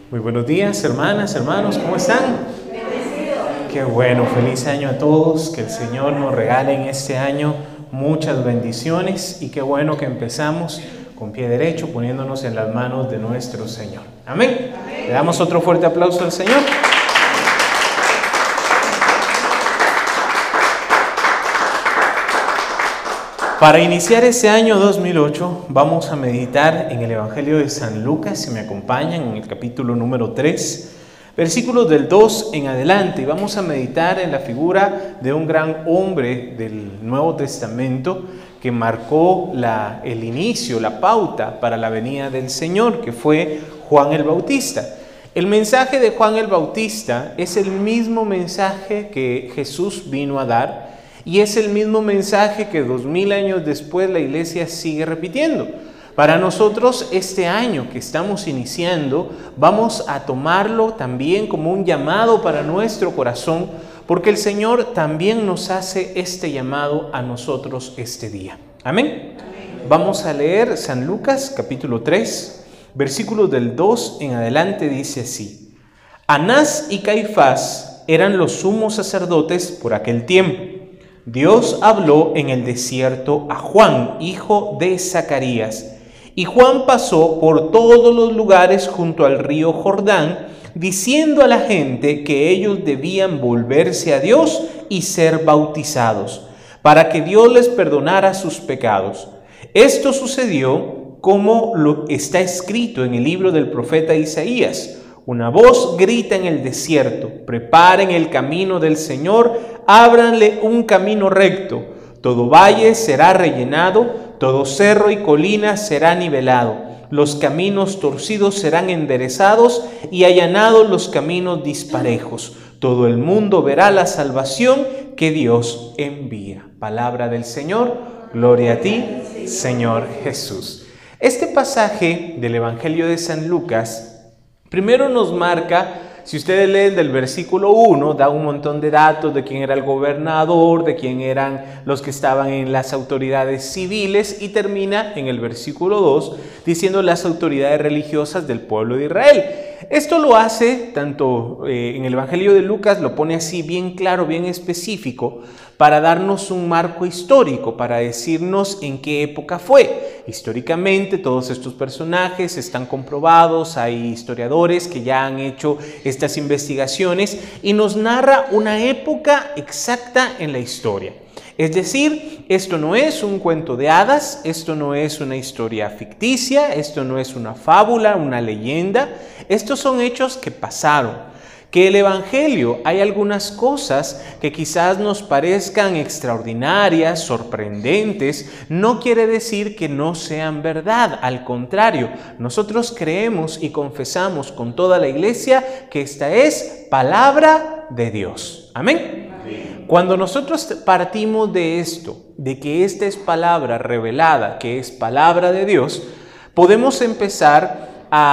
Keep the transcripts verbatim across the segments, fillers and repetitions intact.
Muy buenos días, hermanas, hermanos, ¿cómo están? Bendecido. Qué bueno, feliz año a todos, que el Señor nos regale en este año muchas bendiciones y qué bueno que empezamos con pie derecho, poniéndonos en las manos de nuestro Señor. Amén. Amén. Le damos otro fuerte aplauso al Señor. Para iniciar este año dos mil ocho, vamos a meditar en el Evangelio de San Lucas, si me acompañan, en el capítulo número tres, versículos del dos en adelante. Y vamos a meditar en la figura de un gran hombre del Nuevo Testamento que marcó la, el inicio, la pauta para la venida del Señor, que fue Juan el Bautista. El mensaje de Juan el Bautista es el mismo mensaje que Jesús vino a dar, y es el mismo mensaje que dos mil años después la iglesia sigue repitiendo. Para nosotros este año que estamos iniciando, vamos a tomarlo también como un llamado para nuestro corazón, porque el Señor también nos hace este llamado a nosotros este día. Amén. Amén. Vamos a leer San Lucas capítulo tres, versículos del dos en adelante, dice así: Anás y Caifás eran los sumos sacerdotes por aquel tiempo. Dios habló en el desierto a Juan, hijo de Zacarías, y Juan pasó por todos los lugares junto al río Jordán, diciendo a la gente que ellos debían volverse a Dios y ser bautizados, para que Dios les perdonara sus pecados. Esto sucedió como lo está escrito en el libro del profeta Isaías. Una voz grita en el desierto: preparen el camino del Señor, ábranle un camino recto. Todo valle será rellenado, todo cerro y colina será nivelado. Los caminos torcidos serán enderezados y allanados los caminos disparejos. Todo el mundo verá la salvación que Dios envía. Palabra del Señor, gloria a ti, Señor Jesús. Este pasaje del Evangelio de San Lucas primero nos marca, si ustedes leen del versículo uno, da un montón de datos de quién era el gobernador, de quién eran los que estaban en las autoridades civiles, y termina en el versículo dos diciendo las autoridades religiosas del pueblo de Israel. Esto lo hace, tanto eh, en el Evangelio de Lucas, lo pone así bien claro, bien específico, para darnos un marco histórico, para decirnos en qué época fue. Históricamente todos estos personajes están comprobados, hay historiadores que ya han hecho estas investigaciones y nos narra una época exacta en la historia. Es decir, esto no es un cuento de hadas, esto no es una historia ficticia, esto no es una fábula, una leyenda, estos son hechos que pasaron. Que el Evangelio, hay algunas cosas que quizás nos parezcan extraordinarias, sorprendentes, no quiere decir que no sean verdad. Al contrario, nosotros creemos y confesamos con toda la iglesia que esta es palabra de Dios. Amén. Amén. Cuando nosotros partimos de esto, de que esta es palabra revelada, que es palabra de Dios, podemos empezar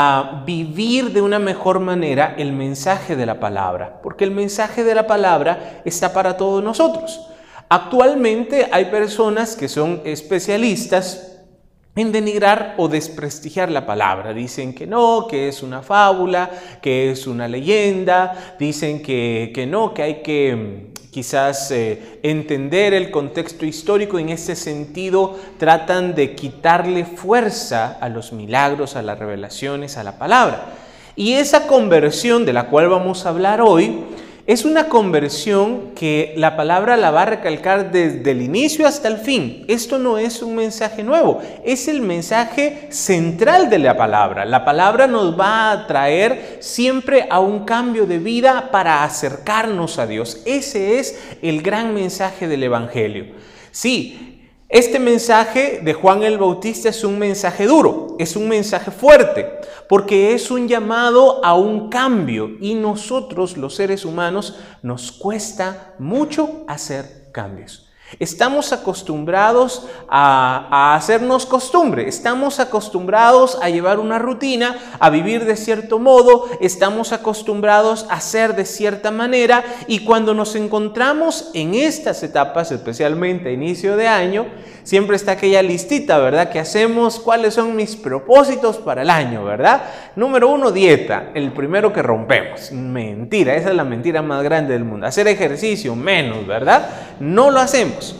a vivir de una mejor manera el mensaje de la palabra, porque el mensaje de la palabra está para todos nosotros. Actualmente hay personas que son especialistas en denigrar o desprestigiar la palabra. Dicen que no, que es una fábula, que es una leyenda, dicen que, que no, que hay que quizás eh, entender el contexto histórico. En ese sentido tratan de quitarle fuerza a los milagros, a las revelaciones, a la palabra. Y esa conversión de la cual vamos a hablar hoy es una conversión que la palabra la va a recalcar desde el inicio hasta el fin. Esto no es un mensaje nuevo, es el mensaje central de la palabra. La palabra nos va a traer siempre a un cambio de vida para acercarnos a Dios. Ese es el gran mensaje del Evangelio. Sí, este mensaje de Juan el Bautista es un mensaje duro, es un mensaje fuerte, porque es un llamado a un cambio y nosotros, los seres humanos, nos cuesta mucho hacer cambios. Estamos acostumbrados a, a hacernos costumbre, estamos acostumbrados a llevar una rutina, a vivir de cierto modo, estamos acostumbrados a ser de cierta manera, y cuando nos encontramos en estas etapas, especialmente a inicio de año, siempre está aquella listita, ¿verdad? Que hacemos, ¿cuáles son mis propósitos para el año, verdad? Número uno, dieta, el primero que rompemos. Mentira, esa es la mentira más grande del mundo. Hacer ejercicio, menos, ¿verdad? No lo hacemos.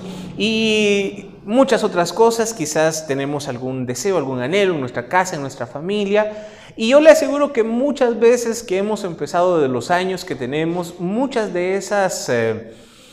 Y muchas otras cosas, quizás tenemos algún deseo, algún anhelo en nuestra casa, en nuestra familia. Y yo le aseguro que muchas veces que hemos empezado de los años que tenemos, muchas de esas Eh,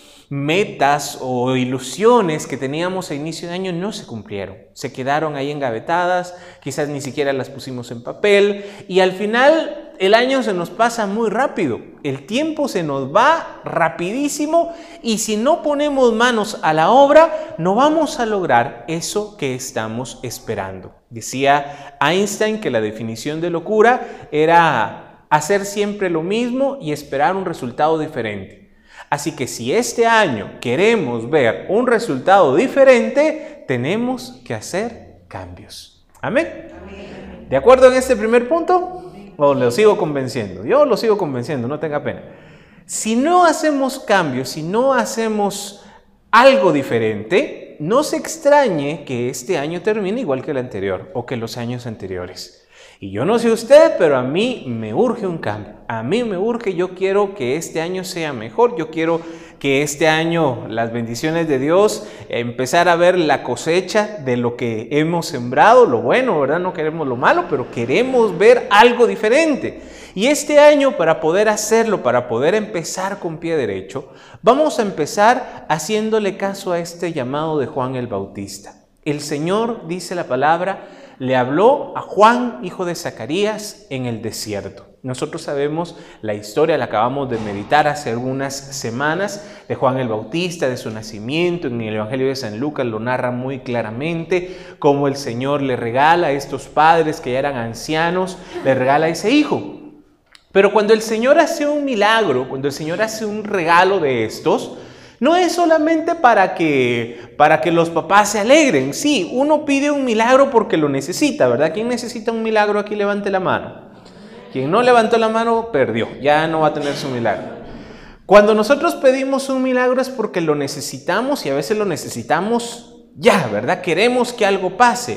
metas o ilusiones que teníamos a inicio de año no se cumplieron, se quedaron ahí engavetadas, quizás ni siquiera las pusimos en papel, y al final el año se nos pasa muy rápido, el tiempo se nos va rapidísimo, y si no ponemos manos a la obra no vamos a lograr eso que estamos esperando. Decía Einstein que la definición de locura era hacer siempre lo mismo y esperar un resultado diferente. Así que si este año queremos ver un resultado diferente, tenemos que hacer cambios. ¿Amén? Amén. ¿De acuerdo en este primer punto? ¿O lo sigo convenciendo? Yo lo sigo convenciendo, no tenga pena. Si no hacemos cambios, si no hacemos algo diferente, no se extrañe que este año termine igual que el anterior o que los años anteriores. Y yo no sé usted, pero a mí me urge un cambio. A mí me urge, yo quiero que este año sea mejor. Yo quiero que este año, las bendiciones de Dios, empezar a ver la cosecha de lo que hemos sembrado, lo bueno, ¿verdad? No queremos lo malo, pero queremos ver algo diferente. Y este año, para poder hacerlo, para poder empezar con pie derecho, vamos a empezar haciéndole caso a este llamado de Juan el Bautista. El Señor, dice la palabra, le habló a Juan, hijo de Zacarías, en el desierto. Nosotros sabemos la historia, la acabamos de meditar hace algunas semanas, de Juan el Bautista, de su nacimiento. En el Evangelio de San Lucas lo narra muy claramente, cómo el Señor le regala a estos padres que ya eran ancianos, le regala a ese hijo. Pero cuando el Señor hace un milagro, cuando el Señor hace un regalo de estos, no es solamente para que, para que los papás se alegren. Sí, uno pide un milagro porque lo necesita, ¿verdad? ¿Quién necesita un milagro aquí? Levante la mano. Quien no levantó la mano, perdió. Ya no va a tener su milagro. Cuando nosotros pedimos un milagro es porque lo necesitamos, y a veces lo necesitamos ya, ¿verdad? Queremos que algo pase.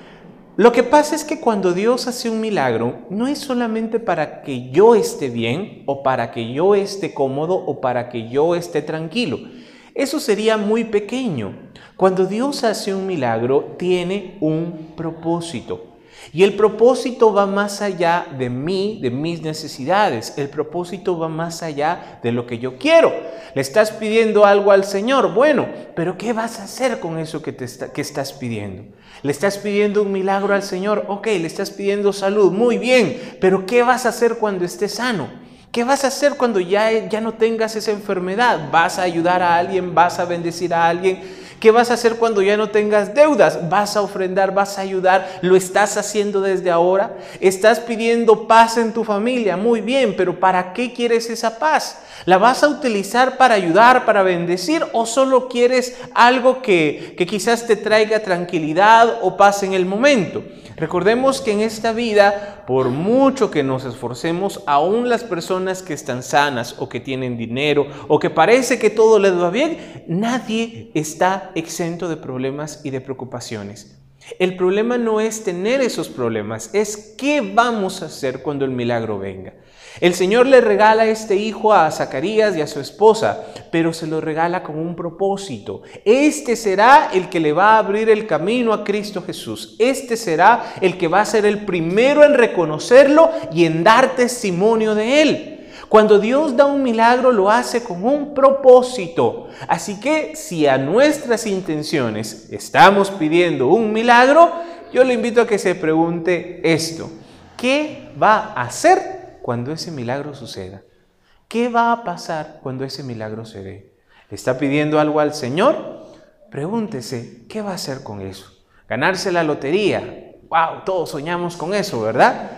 Lo que pasa es que cuando Dios hace un milagro, no es solamente para que yo esté bien, o para que yo esté cómodo, o para que yo esté tranquilo. Eso sería muy pequeño. Cuando Dios hace un milagro, tiene un propósito. Y el propósito va más allá de mí, de mis necesidades. El propósito va más allá de lo que yo quiero. Le estás pidiendo algo al Señor. Bueno, pero ¿qué vas a hacer con eso que, te está, que estás pidiendo? Le estás pidiendo un milagro al Señor. Ok, le estás pidiendo salud. Muy bien, pero ¿qué vas a hacer cuando estés sano? ¿Qué vas a hacer cuando ya, ya no tengas esa enfermedad? ¿Vas a ayudar a alguien? ¿Vas a bendecir a alguien? ¿Qué vas a hacer cuando ya no tengas deudas? ¿Vas a ofrendar? ¿Vas a ayudar? ¿Lo estás haciendo desde ahora? ¿Estás pidiendo paz en tu familia? Muy bien, pero ¿para qué quieres esa paz? ¿La vas a utilizar para ayudar, para bendecir, o solo quieres algo que, que quizás te traiga tranquilidad o paz en el momento? Recordemos que en esta vida, por mucho que nos esforcemos, aún las personas que están sanas o que tienen dinero o que parece que todo les va bien, nadie está exento de problemas y de preocupaciones. El problema no es tener esos problemas, es qué vamos a hacer cuando el milagro venga. El Señor le regala este hijo a Zacarías y a su esposa, pero se lo regala con un propósito. Este será el que le va a abrir el camino a Cristo Jesús. Este será el que va a ser el primero en reconocerlo y en dar testimonio de él. Cuando Dios da un milagro, lo hace con un propósito. Así que si a nuestras intenciones estamos pidiendo un milagro, yo le invito a que se pregunte esto: ¿qué va a hacer cuando ese milagro suceda? ¿Qué va a pasar cuando ese milagro se dé? ¿Le está pidiendo algo al Señor? Pregúntese, ¿qué va a hacer con eso? ¿Ganarse la lotería? ¡Wow! Todos soñamos con eso, ¿verdad?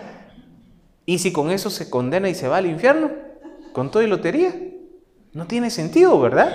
¿Y si con eso se condena y se va al infierno? ¿Con todo y lotería? No tiene sentido, ¿verdad?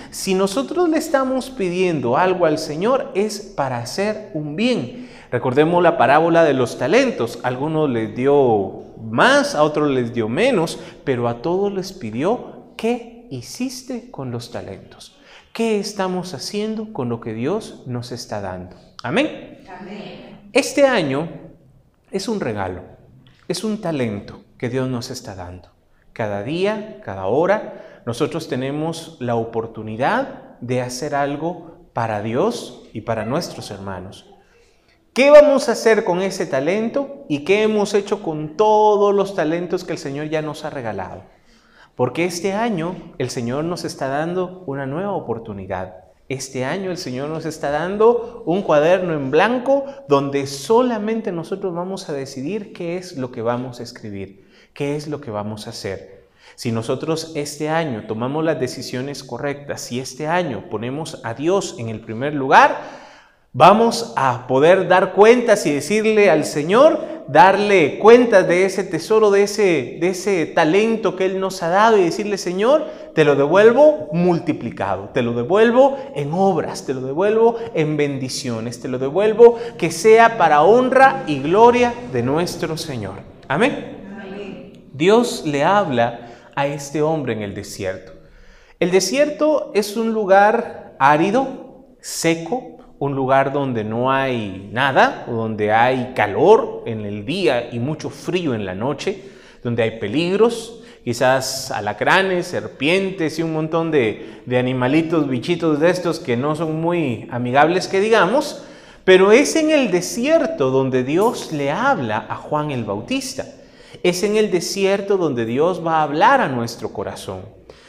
Si nosotros le estamos pidiendo algo al Señor, es para hacer un bien. Recordemos la parábola de los talentos. A algunos les dio más, a otros les dio menos, pero a todos les pidió: ¿qué hiciste con los talentos? ¿Qué estamos haciendo con lo que Dios nos está dando? Amén. Amén. Este año es un regalo, es un talento que Dios nos está dando. Cada día, cada hora, nosotros tenemos la oportunidad de hacer algo para Dios y para nuestros hermanos. ¿Qué vamos a hacer con ese talento y qué hemos hecho con todos los talentos que el Señor ya nos ha regalado? Porque este año el Señor nos está dando una nueva oportunidad. Este año el Señor nos está dando un cuaderno en blanco donde solamente nosotros vamos a decidir qué es lo que vamos a escribir, qué es lo que vamos a hacer. Si nosotros este año tomamos las decisiones correctas, si este año ponemos a Dios en el primer lugar, vamos a poder dar cuentas y decirle al Señor, darle cuentas de ese tesoro, de ese, de ese talento que Él nos ha dado y decirle: Señor, te lo devuelvo multiplicado, te lo devuelvo en obras, te lo devuelvo en bendiciones, te lo devuelvo que sea para honra y gloria de nuestro Señor. Amén. Amén. Dios le habla a este hombre en el desierto. El desierto es un lugar árido, seco, un lugar donde no hay nada, donde hay calor en el día y mucho frío en la noche, donde hay peligros, quizás alacranes, serpientes y un montón de, de animalitos, bichitos de estos que no son muy amigables que digamos, pero es en el desierto donde Dios le habla a Juan el Bautista. Es en el desierto donde Dios va a hablar a nuestro corazón.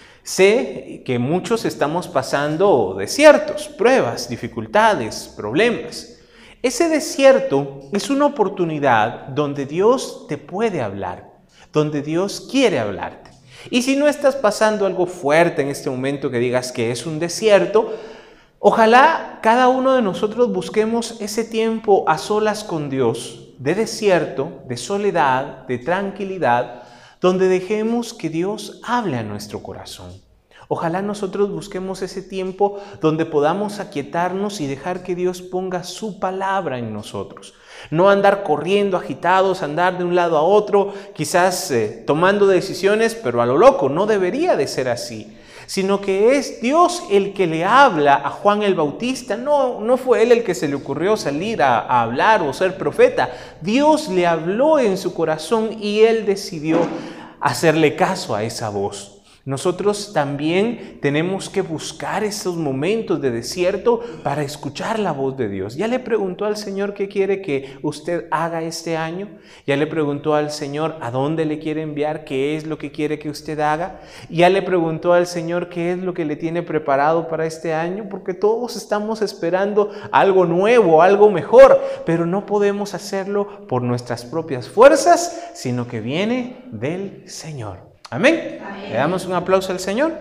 Sé que muchos estamos pasando desiertos, pruebas, dificultades, problemas. Ese desierto es una oportunidad donde Dios te puede hablar, donde Dios quiere hablarte. Y si no estás pasando algo fuerte en este momento que digas que es un desierto, ojalá cada uno de nosotros busquemos ese tiempo a solas con Dios, de desierto, de soledad, de tranquilidad, donde dejemos que Dios hable a nuestro corazón. Ojalá nosotros busquemos ese tiempo donde podamos aquietarnos y dejar que Dios ponga su palabra en nosotros. No andar corriendo agitados, andar de un lado a otro, quizás eh, tomando decisiones, pero a lo loco. No debería de ser así, sino que es Dios el que le habla a Juan el Bautista. No, no fue él el que se le ocurrió salir a, a hablar o ser profeta. Dios le habló en su corazón y él decidió hacerle caso a esa voz. Nosotros también tenemos que buscar esos momentos de desierto para escuchar la voz de Dios. ¿Ya le preguntó al Señor qué quiere que usted haga este año? ¿Ya le preguntó al Señor a dónde le quiere enviar? ¿Qué es lo que quiere que usted haga? ¿Ya le preguntó al Señor qué es lo que le tiene preparado para este año? Porque todos estamos esperando algo nuevo, algo mejor, pero no podemos hacerlo por nuestras propias fuerzas, sino que viene del Señor. Amén. Amén. Le damos un aplauso al Señor.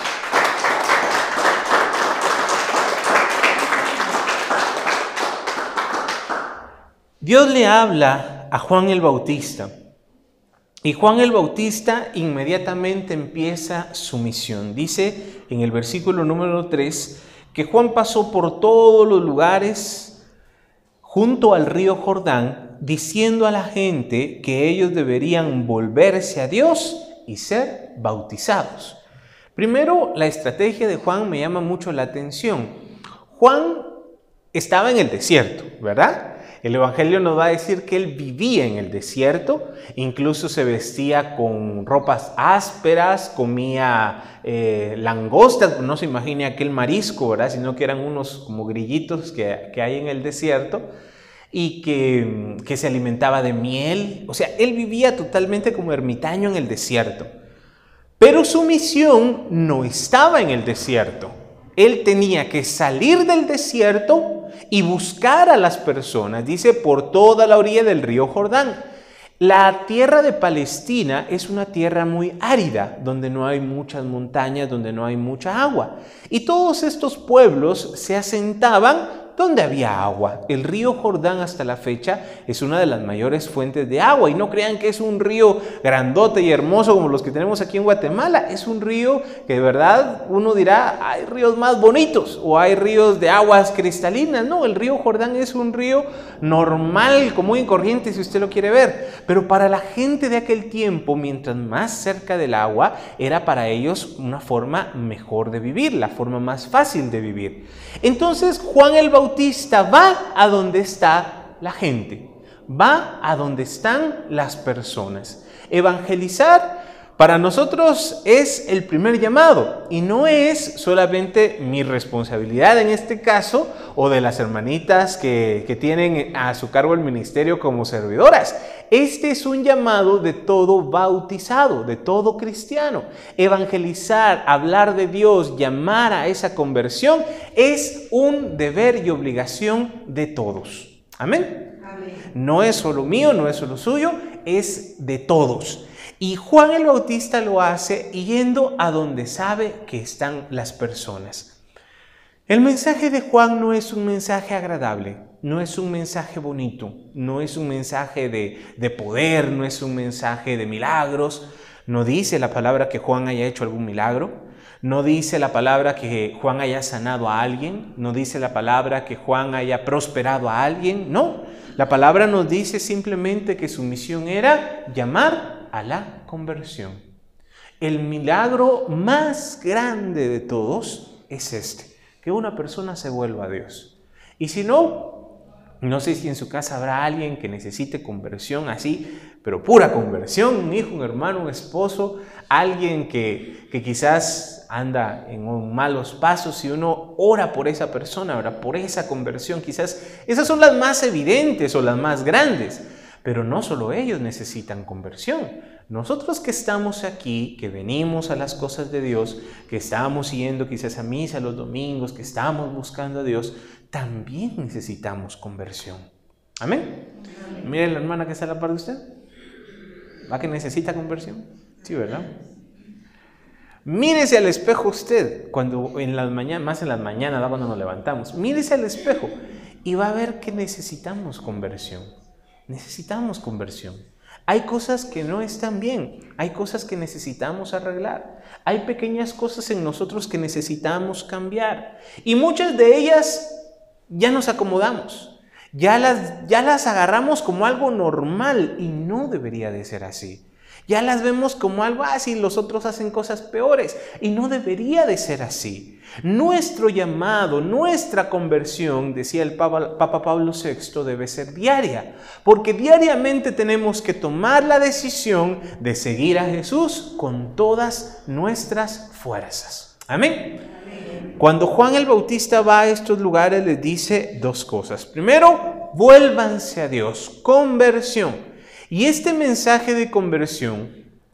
Dios le habla a Juan el Bautista y Juan el Bautista inmediatamente empieza su misión. Dice en el versículo número tres que Juan pasó por todos los lugares junto al río Jordán, diciendo a la gente que ellos deberían volverse a Dios y ser bautizados. Primero, la estrategia de Juan me llama mucho la atención. Juan estaba en el desierto, ¿verdad? El Evangelio nos va a decir que él vivía en el desierto, incluso se vestía con ropas ásperas, comía eh, langostas, no se imagine aquel marisco, ¿verdad? Sino que eran unos como grillitos que, que hay en el desierto, y que, que se alimentaba de miel. O sea, él vivía totalmente como ermitaño en el desierto. Pero su misión no estaba en el desierto. Él tenía que salir del desierto y buscar a las personas, dice, por toda la orilla del río Jordán. La tierra de Palestina es una tierra muy árida, donde no hay muchas montañas, donde no hay mucha agua. Y todos estos pueblos se asentaban donde había agua. El río Jordán hasta la fecha es una de las mayores fuentes de agua. Y no crean que es un río grandote y hermoso como los que tenemos aquí en Guatemala. Es un río que de verdad uno dirá, hay ríos más bonitos o hay ríos de aguas cristalinas. No, el río Jordán es un río normal, común y corriente si usted lo quiere ver. Pero para la gente de aquel tiempo, mientras más cerca del agua, era para ellos una forma mejor de vivir, la forma más fácil de vivir. Entonces Juan el Bautista va a donde está la gente, va a donde están las personas. Evangelizar para nosotros es el primer llamado y no es solamente mi responsabilidad en este caso o de las hermanitas que, que tienen a su cargo el ministerio como servidoras. Este es un llamado de todo bautizado, de todo cristiano. Evangelizar, hablar de Dios, llamar a esa conversión es un deber y obligación de todos. Amén. Amén. No es solo mío, no es solo suyo, es de todos. Y Juan el Bautista lo hace yendo a donde sabe que están las personas. El mensaje de Juan no es un mensaje agradable, no es un mensaje bonito, no es un mensaje de, de poder, no es un mensaje de milagros. No dice la palabra que Juan haya hecho algún milagro, no dice la palabra que Juan haya sanado a alguien, no dice la palabra que Juan haya prosperado a alguien, no. La palabra nos dice simplemente que su misión era llamar a la conversión. El milagro más grande de todos es este, que una persona se vuelva a Dios. Y si no, no sé si en su casa habrá alguien que necesite conversión así, pero pura conversión, un hijo, un hermano, un esposo, alguien que, que quizás anda en malos pasos y uno ora por esa persona, ora por esa conversión. Quizás esas son las más evidentes o las más grandes. Pero no solo ellos necesitan conversión. Nosotros que estamos aquí, que venimos a las cosas de Dios, que estamos yendo quizás a misa los domingos, que estamos buscando a Dios, también necesitamos conversión. ¿Amén? Amén. Mire la hermana que está a la par de usted. ¿Va que necesita conversión? Sí, ¿verdad? Mírese al espejo usted, cuando en las mañanas, más en las mañanas, ¿verdad? Cuando nos levantamos. Mírese al espejo y va a ver que necesitamos conversión. Necesitamos conversión. Hay cosas que no están bien, hay cosas que necesitamos arreglar, hay pequeñas cosas en nosotros que necesitamos cambiar y muchas de ellas ya nos acomodamos, ya las, ya las agarramos como algo normal y no debería de ser así. Ya las vemos como algo así, los otros hacen cosas peores y no debería de ser así. Nuestro llamado, nuestra conversión, decía el Papa, Papa Pablo sexto, debe ser diaria, porque diariamente tenemos que tomar la decisión de seguir a Jesús con todas nuestras fuerzas. Amén. Amén. Cuando Juan el Bautista va a estos lugares les dice dos cosas. Primero, vuélvanse a Dios, conversión. Y este mensaje de conversión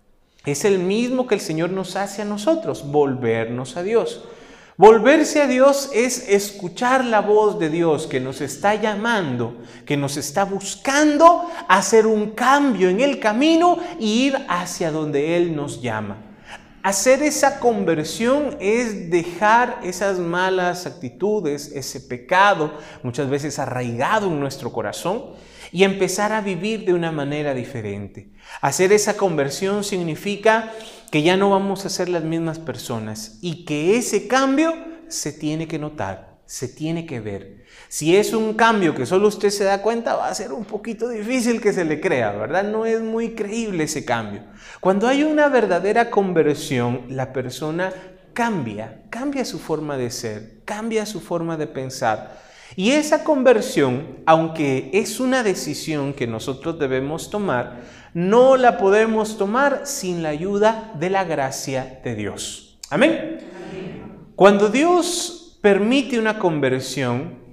es el mismo que el Señor nos hace a nosotros, volvernos a Dios. Volverse a Dios es escuchar la voz de Dios que nos está llamando, que nos está buscando hacer un cambio en el camino y ir hacia donde Él nos llama. Hacer esa conversión es dejar esas malas actitudes, ese pecado, muchas veces arraigado en nuestro corazón, y empezar a vivir de una manera diferente. Hacer esa conversión significa que ya no vamos a ser las mismas personas y que ese cambio se tiene que notar, se tiene que ver. Si es un cambio que solo usted se da cuenta, va a ser un poquito difícil que se le crea, ¿verdad? No es muy creíble ese cambio. Cuando hay una verdadera conversión, la persona cambia, cambia su forma de ser, cambia su forma de pensar. Y esa conversión, aunque es una decisión que nosotros debemos tomar, no la podemos tomar sin la ayuda de la gracia de Dios. ¿Amén? Amén. Cuando Dios permite una conversión,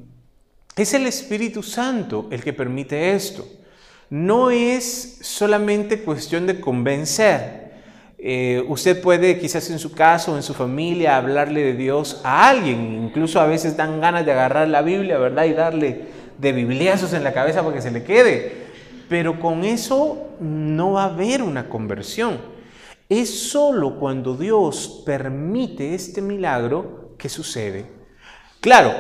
es el Espíritu Santo el que permite esto. No es solamente cuestión de convencer. Eh, usted puede quizás en su casa o en su familia hablarle de Dios a alguien, incluso a veces dan ganas de agarrar la Biblia, ¿verdad? Y darle de bibliazos en la cabeza para que se le quede, pero con eso no va a haber una conversión. Es solo cuando Dios permite este milagro que sucede. Claro,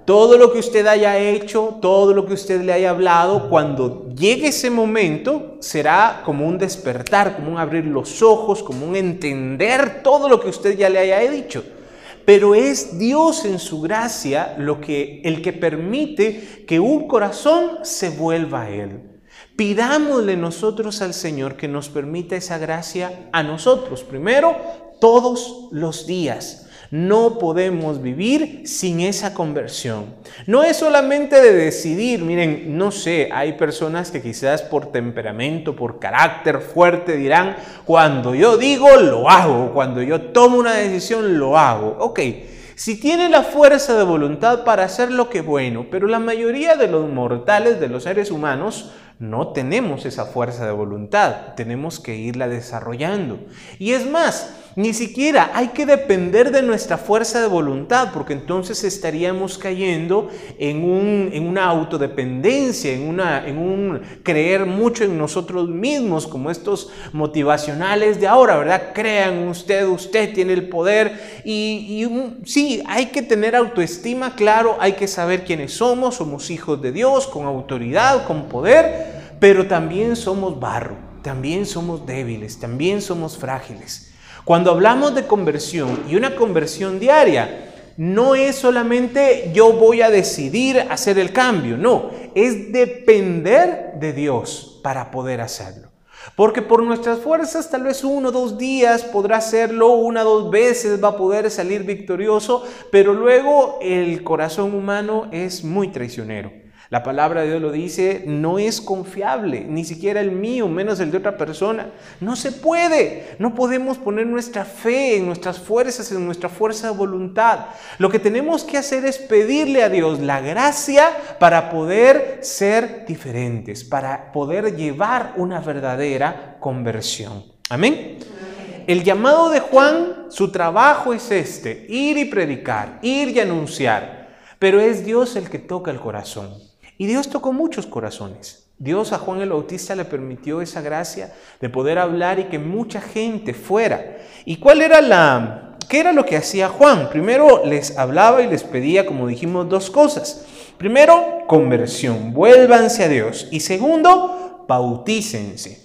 todo lo que usted haya hecho, todo lo que usted le haya hablado, cuando llegue ese momento, será como un despertar, como un abrir los ojos, como un entender todo lo que usted ya le haya dicho. Pero es Dios en su gracia lo que, el que permite que un corazón se vuelva a Él. Pidámosle nosotros al Señor que nos permita esa gracia a nosotros. Primero, todos los días. No podemos vivir sin esa conversión. No es solamente de decidir, miren, no sé, hay personas que quizás por temperamento, por carácter fuerte dirán, cuando yo digo, lo hago, cuando yo tomo una decisión, lo hago. Ok, si tiene la fuerza de voluntad para hacer lo que bueno, pero la mayoría de los mortales, de los seres humanos, no tenemos esa fuerza de voluntad, tenemos que irla desarrollando. Y es más, ni siquiera hay que depender de nuestra fuerza de voluntad, porque entonces estaríamos cayendo en, un, en una autodependencia, en, una, en un creer mucho en nosotros mismos, como estos motivacionales de ahora, ¿verdad? Crean usted, usted tiene el poder y, y sí, hay que tener autoestima, claro, hay que saber quiénes somos, somos hijos de Dios, con autoridad, con poder, pero también somos barro, también somos débiles, también somos frágiles. Cuando hablamos de conversión y una conversión diaria, no es solamente yo voy a decidir hacer el cambio, no, es depender de Dios para poder hacerlo. Porque por nuestras fuerzas tal vez uno o dos días podrá hacerlo, una o dos veces va a poder salir victorioso, pero luego el corazón humano es muy traicionero. La palabra de Dios lo dice, no es confiable, ni siquiera el mío, menos el de otra persona. No se puede, no podemos poner nuestra fe en nuestras fuerzas, en nuestra fuerza de voluntad. Lo que tenemos que hacer es pedirle a Dios la gracia para poder ser diferentes, para poder llevar una verdadera conversión. Amén. El llamado de Juan, su trabajo es este, ir y predicar, ir y anunciar, pero es Dios el que toca el corazón. Y Dios tocó muchos corazones. Dios a Juan el Bautista le permitió esa gracia de poder hablar y que mucha gente fuera. ¿Y cuál era la, qué era lo que hacía Juan? Primero les hablaba y les pedía, como dijimos, dos cosas. Primero, conversión, vuélvanse a Dios. Y segundo, bautícense.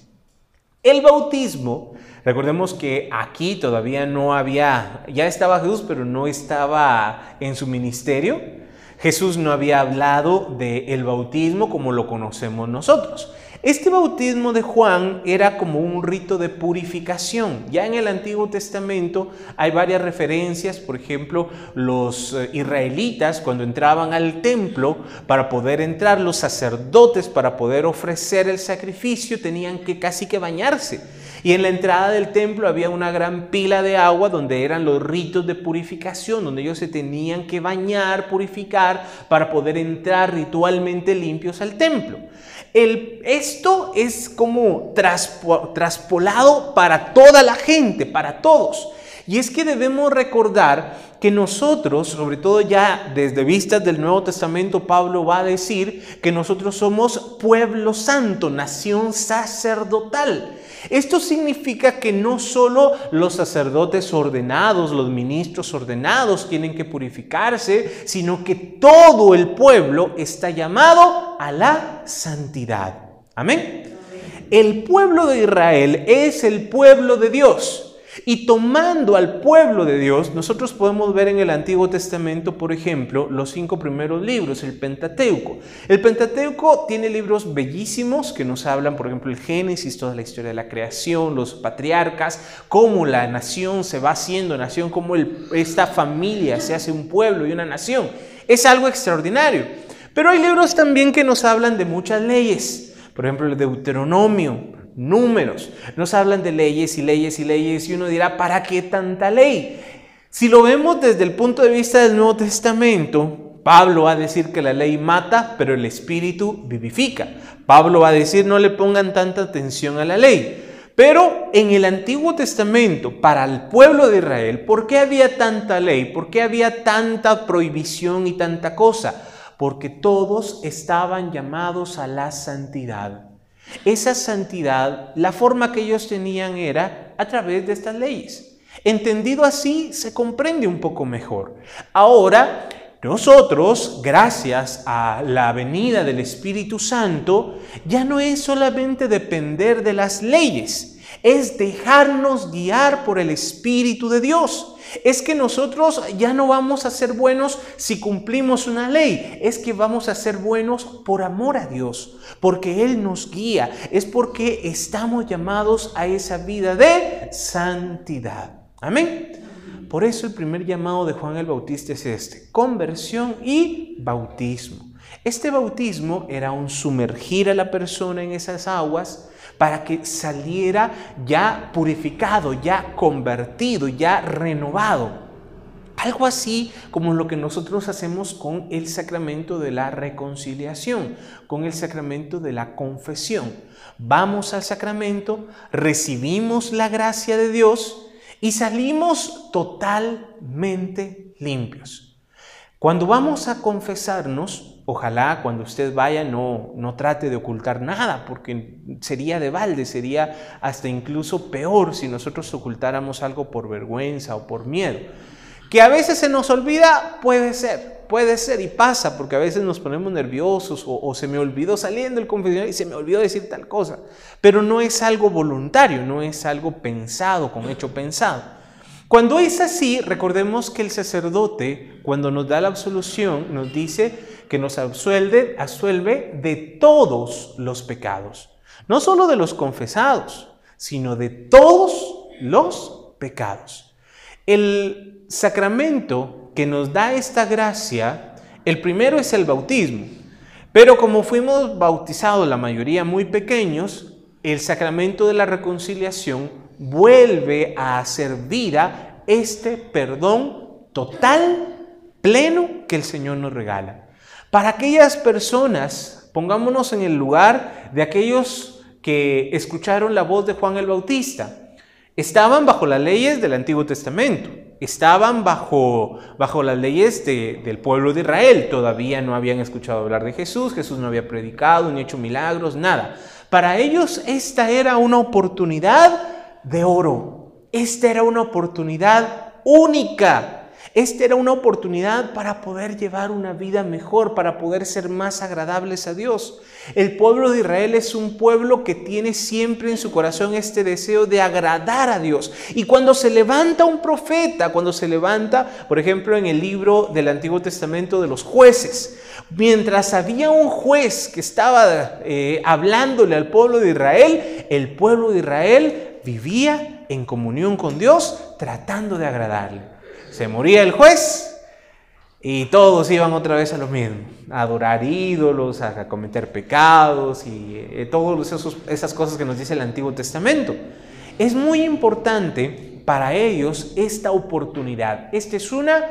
El bautismo, recordemos que aquí todavía no había, ya estaba Jesús, pero no estaba en su ministerio. Jesús no había hablado del bautismo como lo conocemos nosotros. Este bautismo de Juan era como un rito de purificación. Ya en el Antiguo Testamento hay varias referencias, por ejemplo, los israelitas cuando entraban al templo, para poder entrar, los sacerdotes para poder ofrecer el sacrificio tenían que casi que bañarse. Y en la entrada del templo había una gran pila de agua donde eran los ritos de purificación, donde ellos se tenían que bañar, purificar, para poder entrar ritualmente limpios al templo. El, esto es como traspo, traspolado para toda la gente, para todos. Y es que debemos recordar que nosotros, sobre todo ya desde vistas del Nuevo Testamento, Pablo va a decir que nosotros somos pueblo santo, nación sacerdotal. Esto significa que no solo los sacerdotes ordenados, los ministros ordenados tienen que purificarse, sino que todo el pueblo está llamado a la santidad. Amén. El pueblo de Israel es el pueblo de Dios. Y tomando al pueblo de Dios, nosotros podemos ver en el Antiguo Testamento, por ejemplo, los cinco primeros libros, el Pentateuco. El Pentateuco tiene libros bellísimos que nos hablan, por ejemplo, el Génesis, toda la historia de la creación, los patriarcas, cómo la nación se va haciendo nación, cómo el, esta familia se hace un pueblo y una nación. Es algo extraordinario. Pero hay libros también que nos hablan de muchas leyes. Por ejemplo, el Deuteronomio, Números, nos hablan de leyes y leyes y leyes y uno dirá, ¿para qué tanta ley? Si lo vemos desde el punto de vista del Nuevo Testamento, Pablo va a decir que la ley mata, pero el Espíritu vivifica. Pablo va a decir, no le pongan tanta atención a la ley. Pero en el Antiguo Testamento, para el pueblo de Israel, ¿por qué había tanta ley? ¿Por qué había tanta prohibición y tanta cosa? Porque todos estaban llamados a la santidad. Esa santidad, la forma que ellos tenían era a través de estas leyes. Entendido así, se comprende un poco mejor. Ahora, Nosotros, gracias a la venida del Espíritu Santo, ya no es solamente depender de las leyes, es dejarnos guiar por el Espíritu de Dios. Es que nosotros ya no vamos a ser buenos si cumplimos una ley, es que vamos a ser buenos por amor a Dios, porque Él nos guía, es porque estamos llamados a esa vida de santidad. Amén. Por eso el primer llamado de Juan el Bautista es este: conversión y bautismo. Este bautismo era un sumergir a la persona en esas aguas para que saliera ya purificado, ya convertido, ya renovado. Algo así como lo que nosotros hacemos con el sacramento de la reconciliación, con el sacramento de la confesión. Vamos al sacramento, recibimos la gracia de Dios y salimos totalmente limpios. Cuando vamos a confesarnos, ojalá cuando usted vaya no, no trate de ocultar nada, porque sería de balde, sería hasta incluso peor si nosotros ocultáramos algo por vergüenza o por miedo. Que a veces se nos olvida, puede ser, puede ser y pasa, porque a veces nos ponemos nerviosos o, o se me olvidó saliendo del confesionario y se me olvidó decir tal cosa. Pero no es algo voluntario, no es algo pensado, con hecho pensado. Cuando es así, recordemos que el sacerdote, cuando nos da la absolución, nos dice que nos absuelve, absuelve de todos los pecados. No solo de los confesados, sino de todos los pecados. El sacramento que nos da esta gracia, el primero es el bautismo. Pero como fuimos bautizados la mayoría muy pequeños, el sacramento de la reconciliación vuelve a hacer vida este perdón total, pleno que el Señor nos regala. Para aquellas personas, pongámonos en el lugar de aquellos que escucharon la voz de Juan el Bautista. Estaban bajo las leyes del Antiguo Testamento, estaban bajo, bajo las leyes de, del pueblo de Israel. Todavía no habían escuchado hablar de Jesús, Jesús no había predicado, ni hecho milagros, nada. Para ellos esta era una oportunidad de oro, esta era una oportunidad única. Esta era una oportunidad para poder llevar una vida mejor, para poder ser más agradables a Dios. El pueblo de Israel es un pueblo que tiene siempre en su corazón este deseo de agradar a Dios. Y cuando se levanta un profeta, cuando se levanta, por ejemplo, en el libro del Antiguo Testamento de los jueces, mientras había un juez que estaba eh, hablándole al pueblo de Israel, el pueblo de Israel vivía en comunión con Dios, tratando de agradarle. Se moría el juez y todos iban otra vez a lo mismo, a adorar ídolos, a cometer pecados y eh, todas esas cosas que nos dice el Antiguo Testamento. Es muy importante para ellos esta oportunidad. Esta es una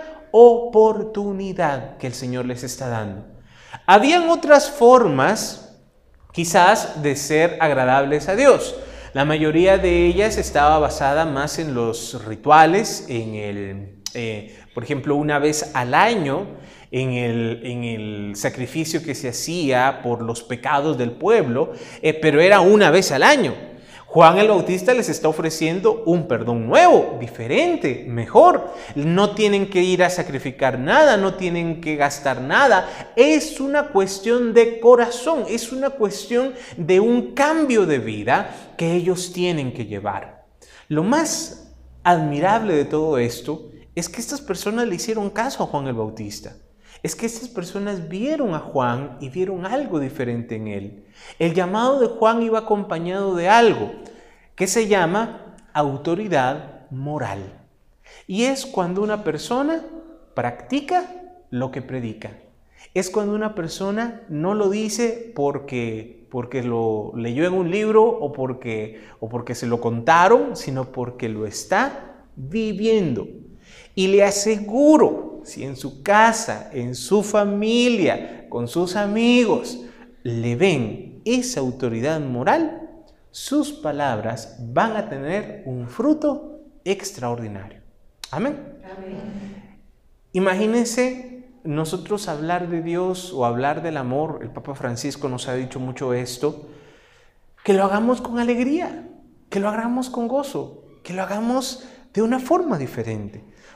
oportunidad que el Señor les está dando. Habían otras formas, quizás, de ser agradables a Dios. La mayoría de ellas estaba basada más en los rituales, en el... Eh, por ejemplo, una vez al año en el, en el sacrificio que se hacía por los pecados del pueblo, eh, pero era una vez al año. Juan el Bautista les está ofreciendo un perdón nuevo, diferente, mejor. No tienen que ir a sacrificar nada, no tienen que gastar nada. Es una cuestión de corazón, es una cuestión de un cambio de vida que ellos tienen que llevar. Lo más admirable de todo esto es que estas personas le hicieron caso a Juan el Bautista. Es que estas personas vieron a Juan y vieron algo diferente en él. El llamado de Juan iba acompañado de algo que se llama autoridad moral. Y es cuando una persona practica lo que predica. Es cuando una persona no lo dice porque, porque lo leyó en un libro o porque, o porque se lo contaron, sino porque lo está viviendo. Y le aseguro, si en su casa, en su familia, con sus amigos, le ven esa autoridad moral, sus palabras van a tener un fruto extraordinario. Amén. Amén. Imagínense nosotros hablar de Dios o hablar del amor. El Papa Francisco nos ha dicho mucho esto. Que lo hagamos con alegría, que lo hagamos con gozo, que lo hagamos de una forma diferente.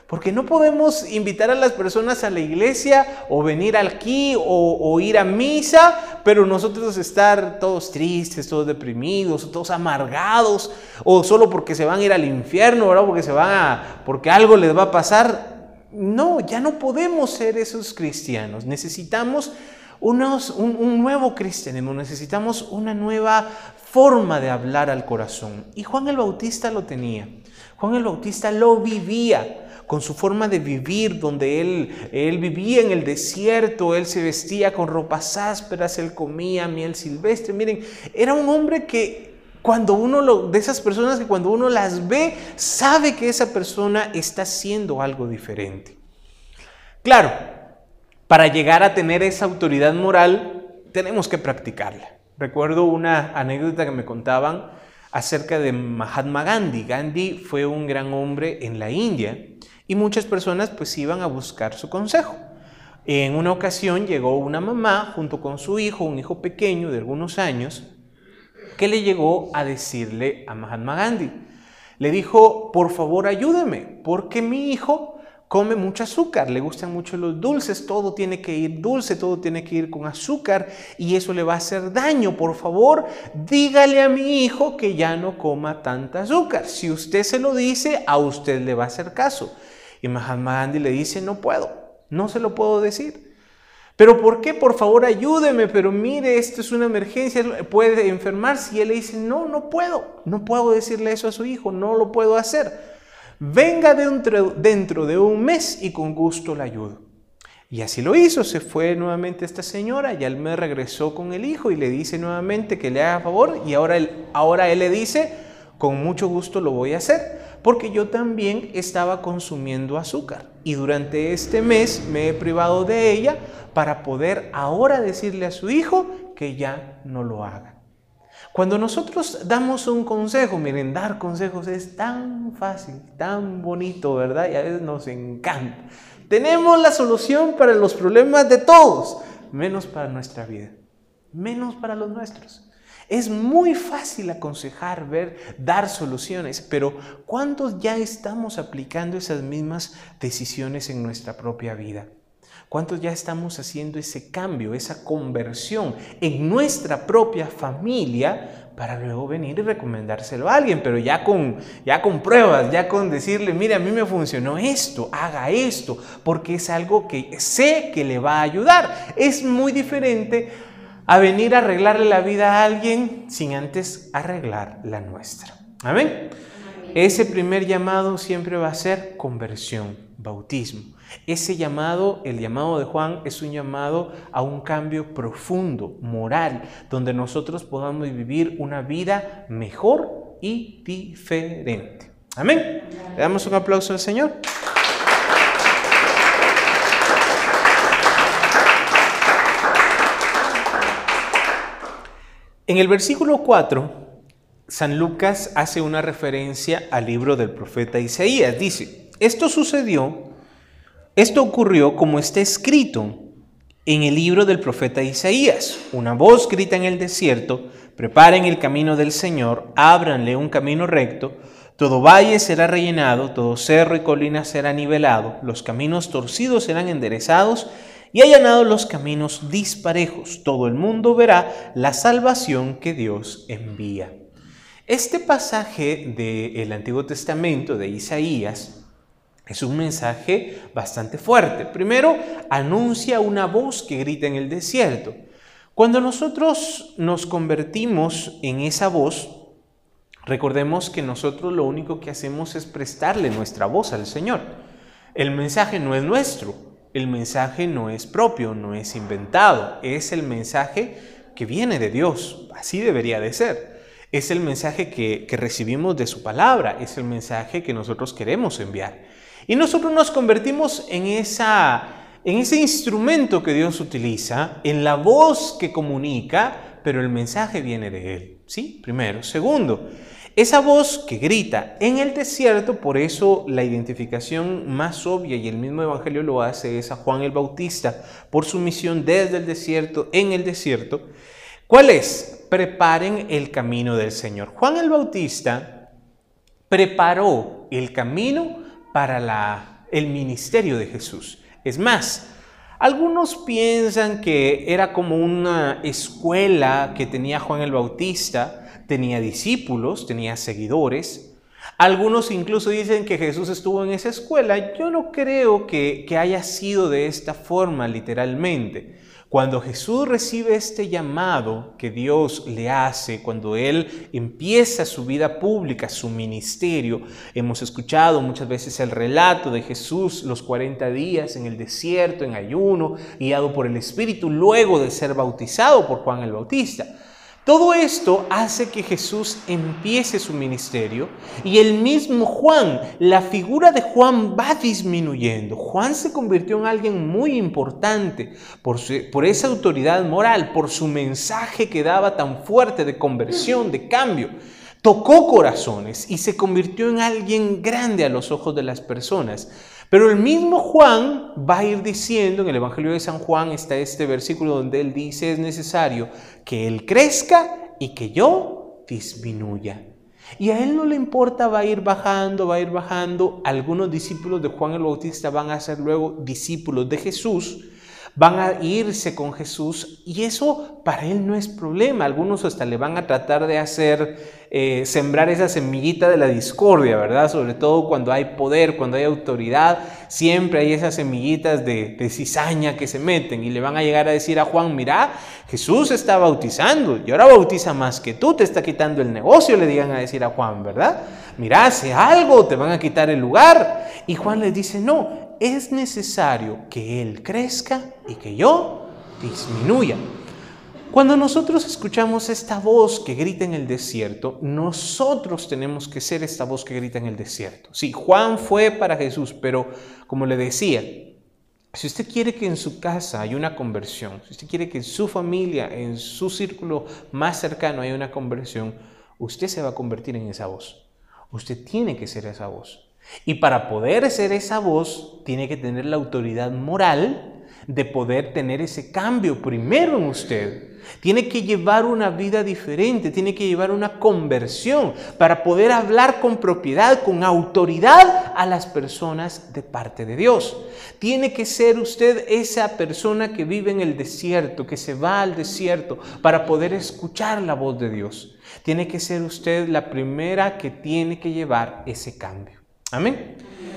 Porque no podemos invitar a las personas a la iglesia o venir aquí o, o ir a misa, pero nosotros estar todos tristes, todos deprimidos, todos amargados, o solo porque se van a ir al infierno, ¿verdad? Porque se van a, porque algo les va a pasar. No, ya no podemos ser esos cristianos. Necesitamos unos, un, un nuevo cristianismo, necesitamos una nueva forma de hablar al corazón. Y Juan el Bautista lo tenía. Juan el Bautista lo vivía. Con su forma de vivir, donde él, él vivía en el desierto, él se vestía con ropas ásperas, él comía miel silvestre. Miren, era un hombre que cuando uno, lo, de esas personas que cuando uno las ve, sabe que esa persona está haciendo algo diferente. Claro, para llegar a tener esa autoridad moral, tenemos que practicarla. Recuerdo una anécdota que me contaban acerca de Mahatma Gandhi. Gandhi fue un gran hombre en la India. Y muchas personas pues iban a buscar su consejo. En una ocasión llegó una mamá junto con su hijo, un hijo pequeño de algunos años, que le llegó a decirle a Mahatma Gandhi. Le dijo, por favor ayúdeme, porque mi hijo come mucho azúcar, le gustan mucho los dulces, todo tiene que ir dulce, todo tiene que ir con azúcar y eso le va a hacer daño. Por favor, dígale a mi hijo que ya no coma tanta azúcar. Si usted se lo dice, a usted le va a hacer caso. Y Mahatma Gandhi le dice, no puedo, no se lo puedo decir. ¿Pero por qué? Por favor, ayúdeme, pero mire, esto es una emergencia, puede enfermarse. Y él le dice, no, no puedo, no puedo decirle eso a su hijo, no lo puedo hacer. Venga dentro, dentro de un mes y con gusto le ayudo. Y así lo hizo, se fue nuevamente esta señora y al mes regresó con el hijo y le dice nuevamente que le haga favor. Y ahora él, ahora él le dice, con mucho gusto lo voy a hacer. Porque yo también estaba consumiendo azúcar y durante este mes me he privado de ella para poder ahora decirle a su hijo que ya no lo haga. Cuando nosotros damos un consejo, miren, dar consejos es tan fácil, tan bonito, ¿verdad? Y a veces nos encanta. Tenemos la solución para los problemas de todos, menos para nuestra vida, menos para los nuestros. Es muy fácil aconsejar, ver, dar soluciones, pero ¿cuántos ya estamos aplicando esas mismas decisiones en nuestra propia vida? ¿Cuántos ya estamos haciendo ese cambio, esa conversión en nuestra propia familia para luego venir y recomendárselo a alguien? Pero ya con, ya con pruebas, ya con decirle, mire, a mí me funcionó esto, haga esto, porque es algo que sé que le va a ayudar. Es muy diferente a venir a arreglarle la vida a alguien sin antes arreglar la nuestra. ¿Amén? Amén. Ese primer llamado siempre va a ser conversión, bautismo. Ese llamado, el llamado de Juan, es un llamado a un cambio profundo, moral, donde nosotros podamos vivir una vida mejor y diferente. Amén. Amén. Le damos un aplauso al Señor. En el versículo cuatro, San Lucas hace una referencia al libro del profeta Isaías. Dice, esto sucedió, esto ocurrió como está escrito en el libro del profeta Isaías. Una voz grita en el desierto, preparen el camino del Señor, ábranle un camino recto, todo valle será rellenado, todo cerro y colina será nivelado, los caminos torcidos serán enderezados, y allanados los caminos disparejos. Todo el mundo verá la salvación que Dios envía. Este pasaje del Antiguo Testamento de Isaías es un mensaje bastante fuerte. Primero, anuncia una voz que grita en el desierto. Cuando nosotros nos convertimos en esa voz, recordemos que nosotros lo único que hacemos es prestarle nuestra voz al Señor. El mensaje no es nuestro. El mensaje no es propio, no es inventado, es el mensaje que viene de Dios, así debería de ser. Es el mensaje que, que recibimos de su palabra, es el mensaje que nosotros queremos enviar. Y nosotros nos convertimos en, esa, en ese instrumento que Dios utiliza, en la voz que comunica, pero el mensaje viene de Él, ¿sí? Primero. Segundo, esa voz que grita en el desierto, por eso la identificación más obvia, y el mismo Evangelio lo hace, es a Juan el Bautista, por su misión desde el desierto, en el desierto. ¿Cuál es? Preparen el camino del Señor. Juan el Bautista preparó el camino para la el ministerio de Jesús. Es más, algunos piensan que era como una escuela que tenía Juan el Bautista, tenía discípulos, tenía seguidores. Algunos incluso dicen que Jesús estuvo en esa escuela. Yo no creo que, que haya sido de esta forma literalmente. Cuando Jesús recibe este llamado que Dios le hace, cuando Él empieza su vida pública, su ministerio, hemos escuchado muchas veces el relato de Jesús los cuarenta días en el desierto, en ayuno, guiado por el Espíritu, luego de ser bautizado por Juan el Bautista. Todo esto hace que Jesús empiece su ministerio y el mismo Juan, la figura de Juan va disminuyendo. Juan se convirtió en alguien muy importante por, su, por esa autoridad moral, por su mensaje que daba tan fuerte de conversión, de cambio. Tocó corazones y se convirtió en alguien grande a los ojos de las personas. Pero el mismo Juan va a ir diciendo, en el Evangelio de San Juan está este versículo donde él dice, es necesario que él crezca y que yo disminuya. Y a él no le importa, va a ir bajando, va a ir bajando. Algunos discípulos de Juan el Bautista van a ser luego discípulos de Jesús, van a irse con Jesús y eso para él no es problema. Algunos hasta le van a tratar de hacer, eh, sembrar esa semillita de la discordia, ¿verdad? Sobre todo cuando hay poder, cuando hay autoridad, siempre hay esas semillitas de, de cizaña que se meten y le van a llegar a decir a Juan, mira, Jesús está bautizando y ahora bautiza más que tú, te está quitando el negocio, le digan a decir a Juan, ¿verdad? Mira, hace algo, te van a quitar el lugar. Y Juan les dice, no, es necesario que Él crezca y que yo disminuya. Cuando nosotros escuchamos esta voz que grita en el desierto, nosotros tenemos que ser esta voz que grita en el desierto. Sí, Juan fue para Jesús, pero como le decía, si usted quiere que en su casa haya una conversión, si usted quiere que en su familia, en su círculo más cercano haya una conversión, usted se va a convertir en esa voz. Usted tiene que ser esa voz. Y para poder ser esa voz, tiene que tener la autoridad moral de poder tener ese cambio primero en usted. Tiene que llevar una vida diferente, tiene que llevar una conversión para poder hablar con propiedad, con autoridad a las personas de parte de Dios. Tiene que ser usted esa persona que vive en el desierto, que se va al desierto para poder escuchar la voz de Dios. Tiene que ser usted la primera que tiene que llevar ese cambio. Amén.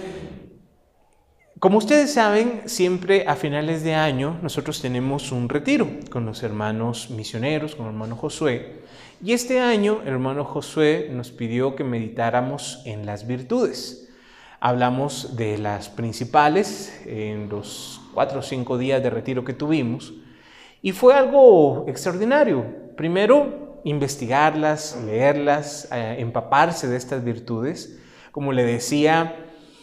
Como ustedes saben, siempre a finales de año nosotros tenemos un retiro con los hermanos misioneros, con el hermano Josué. Y este año el hermano Josué nos pidió que meditáramos en las virtudes. Hablamos de las principales en los cuatro o cinco días de retiro que tuvimos. Y fue algo extraordinario. Primero, investigarlas, leerlas, eh, empaparse de estas virtudes. Como le decía,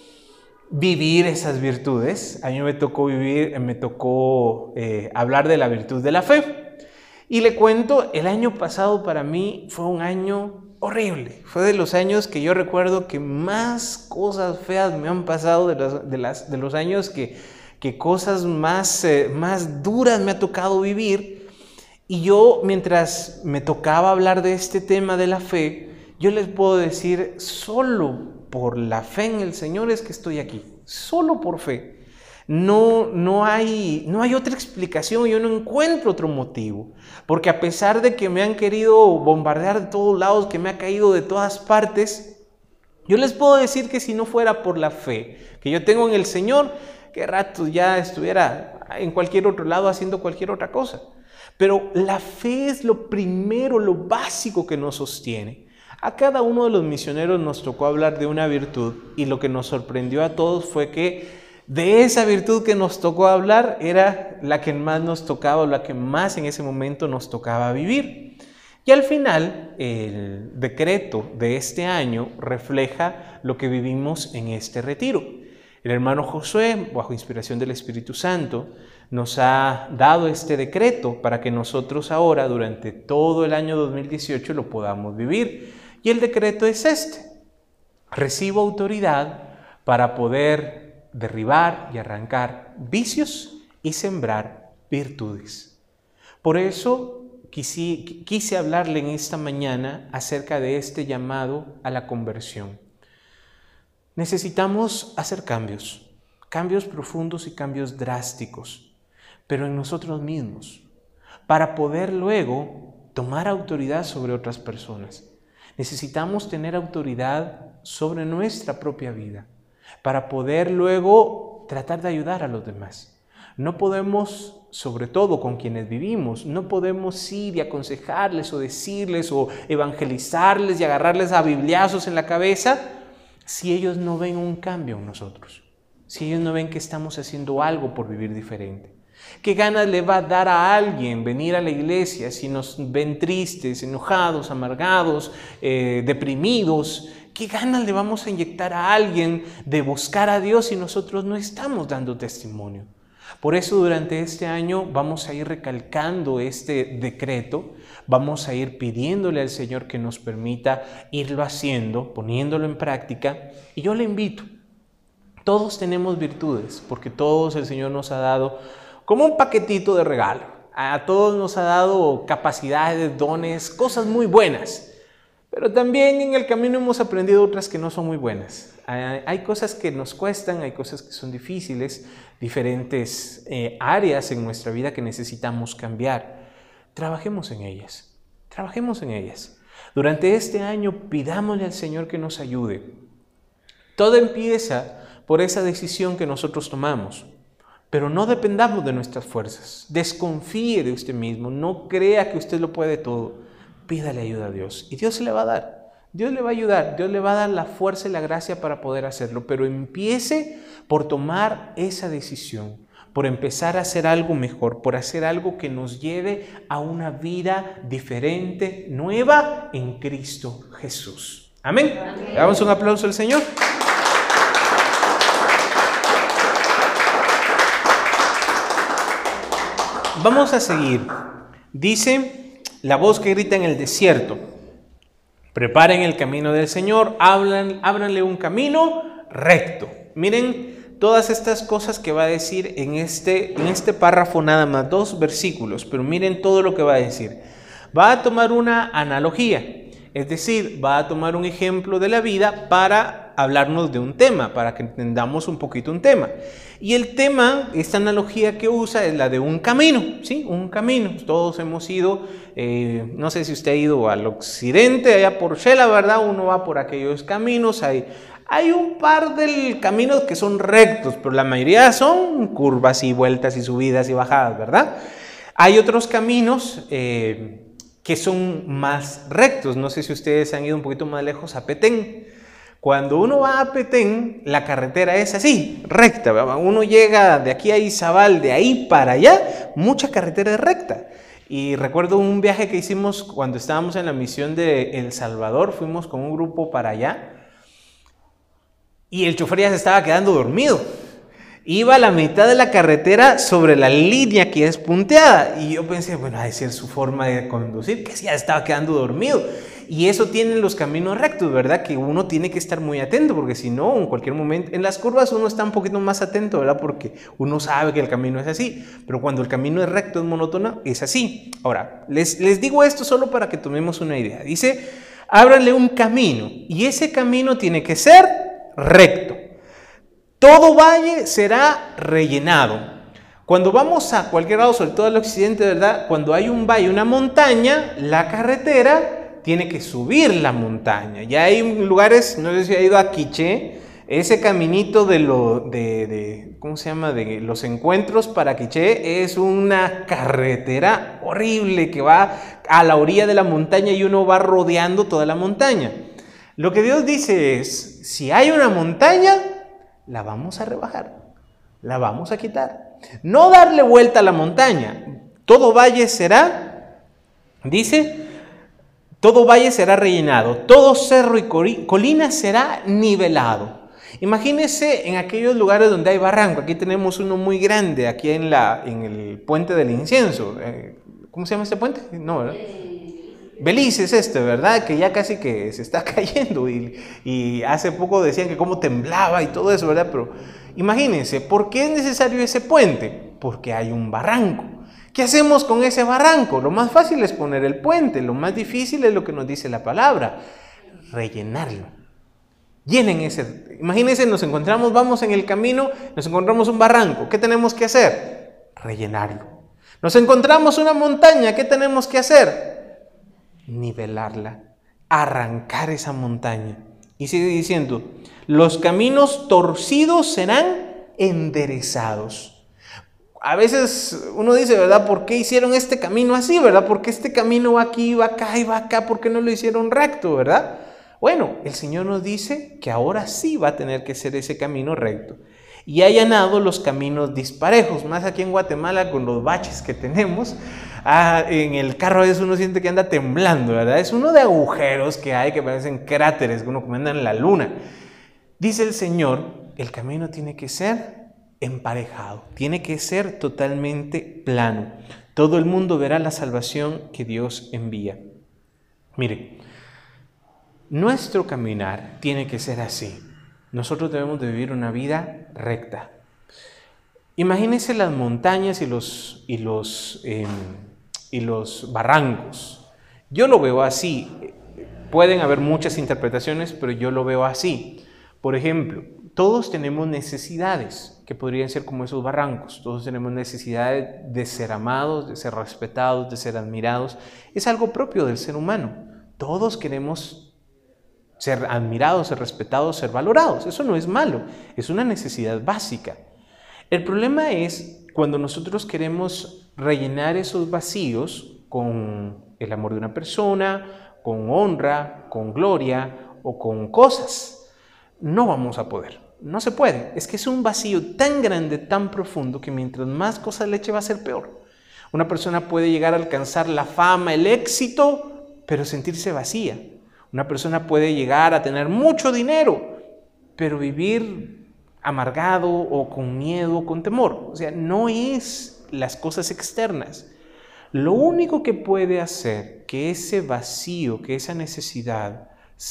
vivir esas virtudes. A mí me tocó vivir, me tocó eh, hablar de la virtud de la fe. Y le cuento, el año pasado para mí fue un año horrible. Fue de los años que yo recuerdo que más cosas feas me han pasado, de los, de las, de los años que, que cosas más, eh, más duras me ha tocado vivir. Y yo, mientras me tocaba hablar de este tema de la fe, yo les puedo decir, solo por la fe en el Señor es que estoy aquí, solo por fe. No, no, hay, no hay otra explicación, yo no encuentro otro motivo. Porque a pesar de que me han querido bombardear de todos lados, que me ha caído de todas partes, yo les puedo decir que si no fuera por la fe que yo tengo en el Señor, que rato ya estuviera en cualquier otro lado haciendo cualquier otra cosa. Pero la fe es lo primero, lo básico que nos sostiene. A cada uno de los misioneros nos tocó hablar de una virtud y lo que nos sorprendió a todos fue que de esa virtud que nos tocó hablar era la que más nos tocaba, la que más en ese momento nos tocaba vivir. Y al final, el decreto de este año refleja lo que vivimos en este retiro. El hermano Josué, bajo inspiración del Espíritu Santo, nos ha dado este decreto para que nosotros ahora, durante todo el año dos mil dieciocho, lo podamos vivir. Y el decreto es este: recibo autoridad para poder derribar y arrancar vicios y sembrar virtudes. Por eso quise, quise hablarle en esta mañana acerca de este llamado a la conversión. Necesitamos hacer cambios. cambios profundos y cambios drásticos, pero en nosotros mismos, para poder luego tomar autoridad sobre otras personas. Necesitamos tener autoridad sobre nuestra propia vida para poder luego tratar de ayudar a los demás. No podemos, sobre todo con quienes vivimos, no podemos ir y aconsejarles o decirles o evangelizarles y agarrarles a bibliazos en la cabeza si ellos no ven un cambio en nosotros, si ellos no ven que estamos haciendo algo por vivir diferente. ¿Qué ganas le va a dar a alguien venir a la iglesia si nos ven tristes, enojados, amargados, eh, deprimidos? ¿Qué ganas le vamos a inyectar a alguien de buscar a Dios si nosotros no estamos dando testimonio? Por eso durante este año vamos a ir recalcando este decreto, vamos a ir pidiéndole al Señor que nos permita irlo haciendo, poniéndolo en práctica. Y yo le invito, todos tenemos virtudes, porque todos el Señor nos ha dado como un paquetito de regalo. A todos nos ha dado capacidades, dones, cosas muy buenas. Pero también en el camino hemos aprendido otras que no son muy buenas. Hay cosas que nos cuestan, hay cosas que son difíciles, diferentes eh, áreas en nuestra vida que necesitamos cambiar. Trabajemos en ellas, trabajemos en ellas. Durante este año pidámosle al Señor que nos ayude. Todo empieza por esa decisión que nosotros tomamos. Pero no dependamos de nuestras fuerzas. Desconfíe de usted mismo. No crea que usted lo puede todo. Pídale ayuda a Dios y Dios se le va a dar. Dios le va a ayudar. Dios le va a dar la fuerza y la gracia para poder hacerlo. Pero empiece por tomar esa decisión, por empezar a hacer algo mejor, por hacer algo que nos lleve a una vida diferente, nueva en Cristo Jesús. Amén. Amén. Le damos un aplauso al Señor. Vamos a seguir. Dice la voz que grita en el desierto: preparen el camino del Señor, hablan, ábranle un camino recto. Miren todas estas cosas que va a decir en este, en este párrafo, nada más dos versículos, pero miren todo lo que va a decir. Va a tomar una analogía, es decir, va a tomar un ejemplo de la vida para hablarnos de un tema, para que entendamos un poquito un tema. Y el tema, esta analogía que usa es la de un camino, ¿sí? Un camino. Todos hemos ido, eh, no sé si usted ha ido al occidente, allá por Shela, ¿verdad? Uno va por aquellos caminos, hay, hay un par de caminos que son rectos, pero la mayoría son curvas y vueltas y subidas y bajadas, ¿verdad? Hay otros caminos eh, que son más rectos. No sé si ustedes han ido un poquito más lejos a Petén. Cuando uno va a Petén, la carretera es así, recta. Uno llega de aquí a Izabal, de ahí para allá, mucha carretera es recta. Y recuerdo un viaje que hicimos cuando estábamos en la misión de El Salvador, fuimos con un grupo para allá y el chofer ya se estaba quedando dormido. Iba a la mitad de la carretera sobre la línea que es punteada y yo pensé, bueno, ha de ser su forma de conducir, que ya estaba quedando dormido. Y eso tienen los caminos rectos, ¿verdad? Que uno tiene que estar muy atento, porque si no, en cualquier momento, en las curvas uno está un poquito más atento, ¿verdad? Porque uno sabe que el camino es así, pero cuando el camino es recto, es monótono, es así. Ahora, les, les digo esto solo para que tomemos una idea. Dice, ábranle un camino, y ese camino tiene que ser recto. Todo valle será rellenado. Cuando vamos a cualquier lado, sobre todo al occidente, ¿verdad? Cuando hay un valle, una montaña, la carretera tiene que subir la montaña. Ya hay lugares, no sé si ha ido a Quiché, ese caminito de, lo, de, de ¿cómo se llama? De los encuentros para Quiché, es una carretera horrible que va a la orilla de la montaña y uno va rodeando toda la montaña. Lo que Dios dice es, si hay una montaña, la vamos a rebajar, la vamos a quitar. No darle vuelta a la montaña. Todo valle será, dice, todo valle será rellenado, todo cerro y colina será nivelado. Imagínense en aquellos lugares donde hay barranco. Aquí tenemos uno muy grande, aquí en, la, en el puente del incienso. ¿Cómo se llama este puente? No, ¿verdad? Belice es este, ¿verdad? Que ya casi que se está cayendo y, y hace poco decían que cómo temblaba y todo eso, ¿verdad? Pero imagínense, ¿por qué es necesario ese puente? Porque hay un barranco. ¿Qué hacemos con ese barranco? Lo más fácil es poner el puente, lo más difícil es lo que nos dice la palabra, rellenarlo, Llenen ese. Imagínense, nos encontramos, vamos en el camino, nos encontramos un barranco. ¿Qué tenemos que hacer? Rellenarlo. Nos encontramos una montaña. ¿Qué tenemos que hacer? Nivelarla. Arrancar esa montaña. Y sigue diciendo, los caminos torcidos serán enderezados. A veces uno dice, ¿verdad? ¿Por qué hicieron este camino así, verdad? ¿Por qué este camino va aquí, va acá y va acá? ¿Por qué no lo hicieron recto, verdad? Bueno, el Señor nos dice que ahora sí va a tener que ser ese camino recto. Y ha allanado los caminos disparejos, más aquí en Guatemala con los baches que tenemos. Ah, en el carro a veces uno siente que anda temblando, ¿verdad? Es uno de agujeros que hay que parecen cráteres, que uno como anda en la luna. Dice el Señor, el camino tiene que ser emparejado, tiene que ser totalmente plano. Todo el mundo verá la salvación que Dios envía. Mire, nuestro caminar tiene que ser así. Nosotros debemos de vivir una vida recta. Imagínense las montañas y los, y los, eh, y los barrancos. Yo lo veo así. Pueden haber muchas interpretaciones, pero yo lo veo así. Por ejemplo, todos tenemos necesidades que podrían ser como esos barrancos. Todos tenemos necesidades de ser amados, de ser respetados, de ser admirados. Es algo propio del ser humano. Todos queremos ser admirados, ser respetados, ser valorados. Eso no es malo, es una necesidad básica. El problema es cuando nosotros queremos rellenar esos vacíos con el amor de una persona, con honra, con gloria o con cosas. No vamos a poder, no se puede. Es que es un vacío tan grande, tan profundo, que mientras más cosas le eche va a ser peor. Una persona puede llegar a alcanzar la fama, el éxito, pero sentirse vacía. Una persona puede llegar a tener mucho dinero, pero vivir amargado o con miedo o con temor. O sea, no es las cosas externas. Lo único que puede hacer que ese vacío, que esa necesidad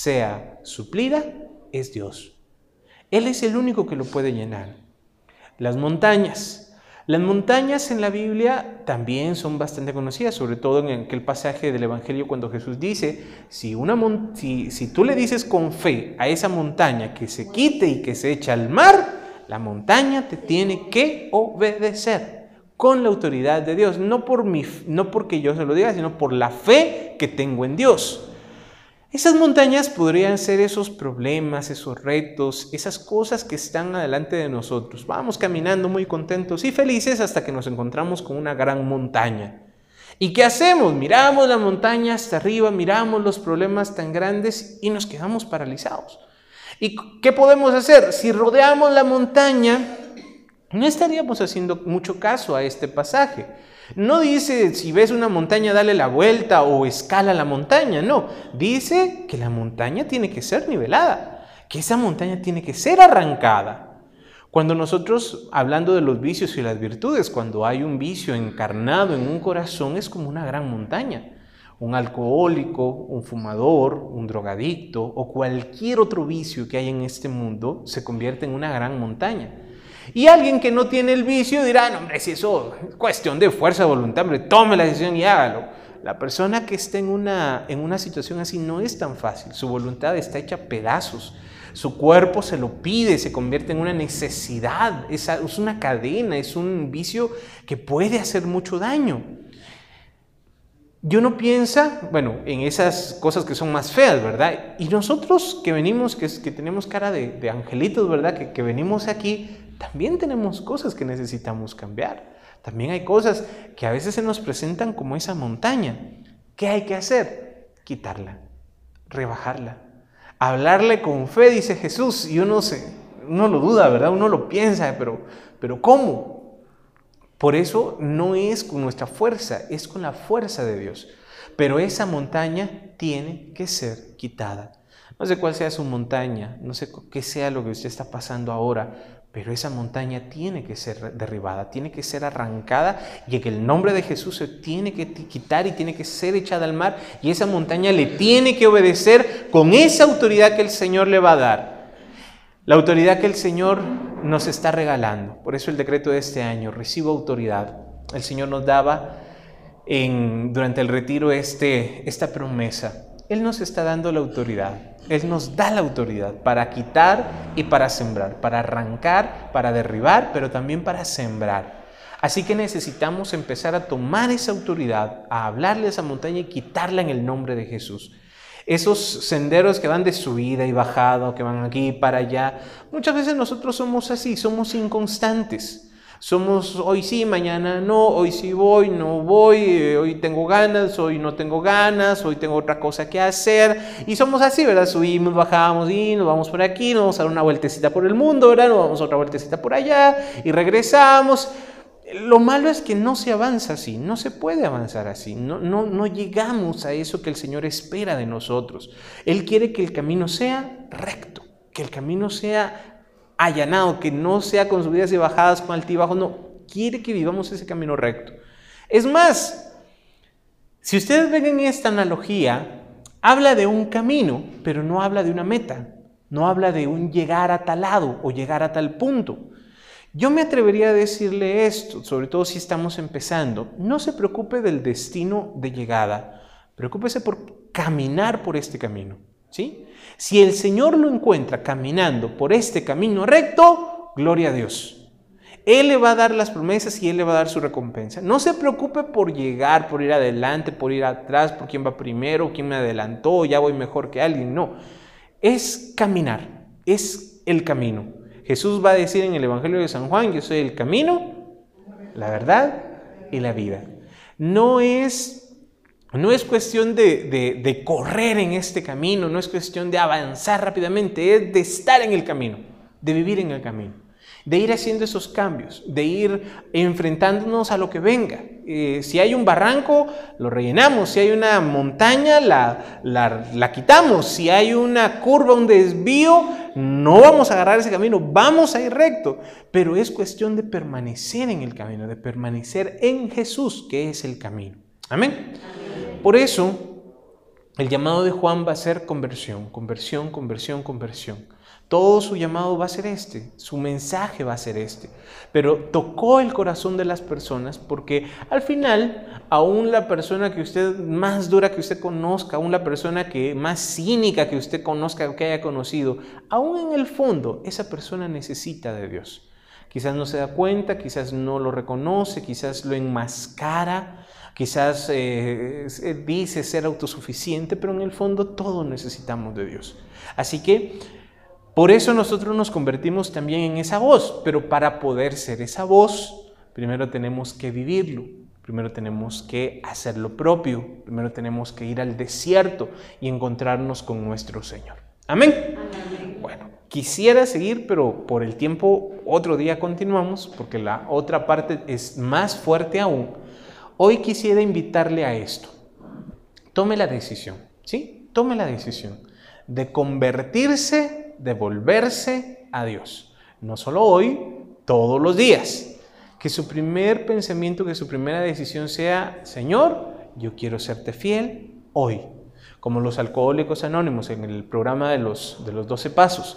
sea suplida, es Dios. Él es el único que lo puede llenar. Las montañas. Las montañas en la Biblia también son bastante conocidas, sobre todo en aquel pasaje del Evangelio cuando Jesús dice, si, una mon- si, si tú le dices con fe a esa montaña que se quite y que se eche al mar, la montaña te tiene que obedecer con la autoridad de Dios, no, por mi, no porque yo se lo diga, sino por la fe que tengo en Dios. Esas montañas podrían ser esos problemas, esos retos, esas cosas que están adelante de nosotros. Vamos caminando muy contentos y felices hasta que nos encontramos con una gran montaña. ¿Y qué hacemos? Miramos la montaña hasta arriba, miramos los problemas tan grandes y nos quedamos paralizados. ¿Y qué podemos hacer? Si rodeamos la montaña, no estaríamos haciendo mucho caso a este pasaje. No dice, si ves una montaña, dale la vuelta o escala la montaña. No, dice que la montaña tiene que ser nivelada, que esa montaña tiene que ser arrancada. Cuando nosotros, hablando de los vicios y las virtudes, cuando hay un vicio encarnado en un corazón, es como una gran montaña. Un alcohólico, un fumador, un drogadicto o cualquier otro vicio que hay en este mundo se convierte en una gran montaña. Y alguien que no tiene el vicio dirá, no, hombre, si eso es cuestión de fuerza de voluntad, hombre, tome la decisión y hágalo. La persona que está en una, en una situación así no es tan fácil. Su voluntad está hecha a pedazos. Su cuerpo se lo pide, se convierte en una necesidad. Es, es una cadena, es un vicio que puede hacer mucho daño. Yo no piensa, bueno, en esas cosas que son más feas, ¿verdad? Y nosotros que venimos, que, que tenemos cara de, de angelitos, ¿verdad? Que, que venimos aquí, también tenemos cosas que necesitamos cambiar. También hay cosas que a veces se nos presentan como esa montaña. ¿Qué hay que hacer? Quitarla, rebajarla, hablarle con fe, dice Jesús. Y uno, se, uno lo duda, ¿verdad? Uno lo piensa, pero, pero ¿cómo? Por eso no es con nuestra fuerza, es con la fuerza de Dios. Pero esa montaña tiene que ser quitada. No sé cuál sea su montaña, no sé qué sea lo que usted está pasando ahora, pero esa montaña tiene que ser derribada, tiene que ser arrancada y en el nombre de Jesús se tiene que quitar y tiene que ser echada al mar y esa montaña le tiene que obedecer con esa autoridad que el Señor le va a dar. La autoridad que el Señor nos está regalando. Por eso el decreto de este año, recibo autoridad. El Señor nos daba en, durante el retiro este, esta promesa. Él nos está dando la autoridad. Él nos da la autoridad para quitar y para sembrar, para arrancar, para derribar, pero también para sembrar. Así que necesitamos empezar a tomar esa autoridad, a hablarle a esa montaña y quitarla en el nombre de Jesús. Esos senderos que van de subida y bajada, que van aquí para allá, muchas veces nosotros somos así, somos inconstantes. Somos hoy sí, mañana no, hoy sí voy, no voy, hoy tengo ganas, hoy no tengo ganas, hoy tengo otra cosa que hacer. Y somos así, ¿verdad? Subimos, bajamos y nos vamos por aquí, nos vamos a dar una vueltecita por el mundo, ¿verdad? Nos vamos a otra vueltecita por allá y regresamos. Lo malo es que no se avanza así, no se puede avanzar así, no, no, no llegamos a eso que el Señor espera de nosotros. Él quiere que el camino sea recto, que el camino sea allanado, que no sea con subidas y bajadas, con altibajos, no, quiere que vivamos ese camino recto. Es más, si ustedes ven en esta analogía, habla de un camino, pero no habla de una meta, no habla de un llegar a tal lado o llegar a tal punto. Yo me atrevería a decirle esto, sobre todo si estamos empezando, no se preocupe del destino de llegada, preocúpese por caminar por este camino, ¿sí? Si el Señor lo encuentra caminando por este camino recto, gloria a Dios. Él le va a dar las promesas y Él le va a dar su recompensa. No se preocupe por llegar, por ir adelante, por ir atrás, por quién va primero, quién me adelantó, ya voy mejor que alguien. No, es caminar, es el camino. Jesús va a decir en el Evangelio de San Juan, yo soy el camino, la verdad y la vida. No es... No es cuestión de, de, de correr en este camino, no es cuestión de avanzar rápidamente, es de estar en el camino, de vivir en el camino, de ir haciendo esos cambios, de ir enfrentándonos a lo que venga. Eh, si hay un barranco, lo rellenamos, si hay una montaña, la, la, la quitamos, si hay una curva, un desvío, no vamos a agarrar ese camino, vamos a ir recto, pero es cuestión de permanecer en el camino, de permanecer en Jesús, que es el camino. Amén. Por eso, el llamado de Juan va a ser conversión, conversión, conversión, conversión. Todo su llamado va a ser este, su mensaje va a ser este. Pero tocó el corazón de las personas porque al final, aún la persona que usted más dura que usted conozca, aún la persona que más cínica que usted conozca o que haya conocido, aún en el fondo, esa persona necesita de Dios. Quizás no se da cuenta, quizás no lo reconoce, quizás lo enmascara. Quizás eh, dice ser autosuficiente, pero en el fondo todos necesitamos de Dios. Así que por eso nosotros nos convertimos también en esa voz, pero para poder ser esa voz, primero tenemos que vivirlo, primero tenemos que hacer lo propio, primero tenemos que ir al desierto y encontrarnos con nuestro Señor. ¿Amén? Amén. Bueno, quisiera seguir, pero por el tiempo otro día continuamos, porque la otra parte es más fuerte aún. Hoy quisiera invitarle a esto. Tome la decisión, ¿sí? Tome la decisión de convertirse, de volverse a Dios. No solo hoy, todos los días. Que su primer pensamiento, que su primera decisión sea, Señor, yo quiero serte fiel hoy. Como los alcohólicos anónimos en el programa de los, de los doce pasos.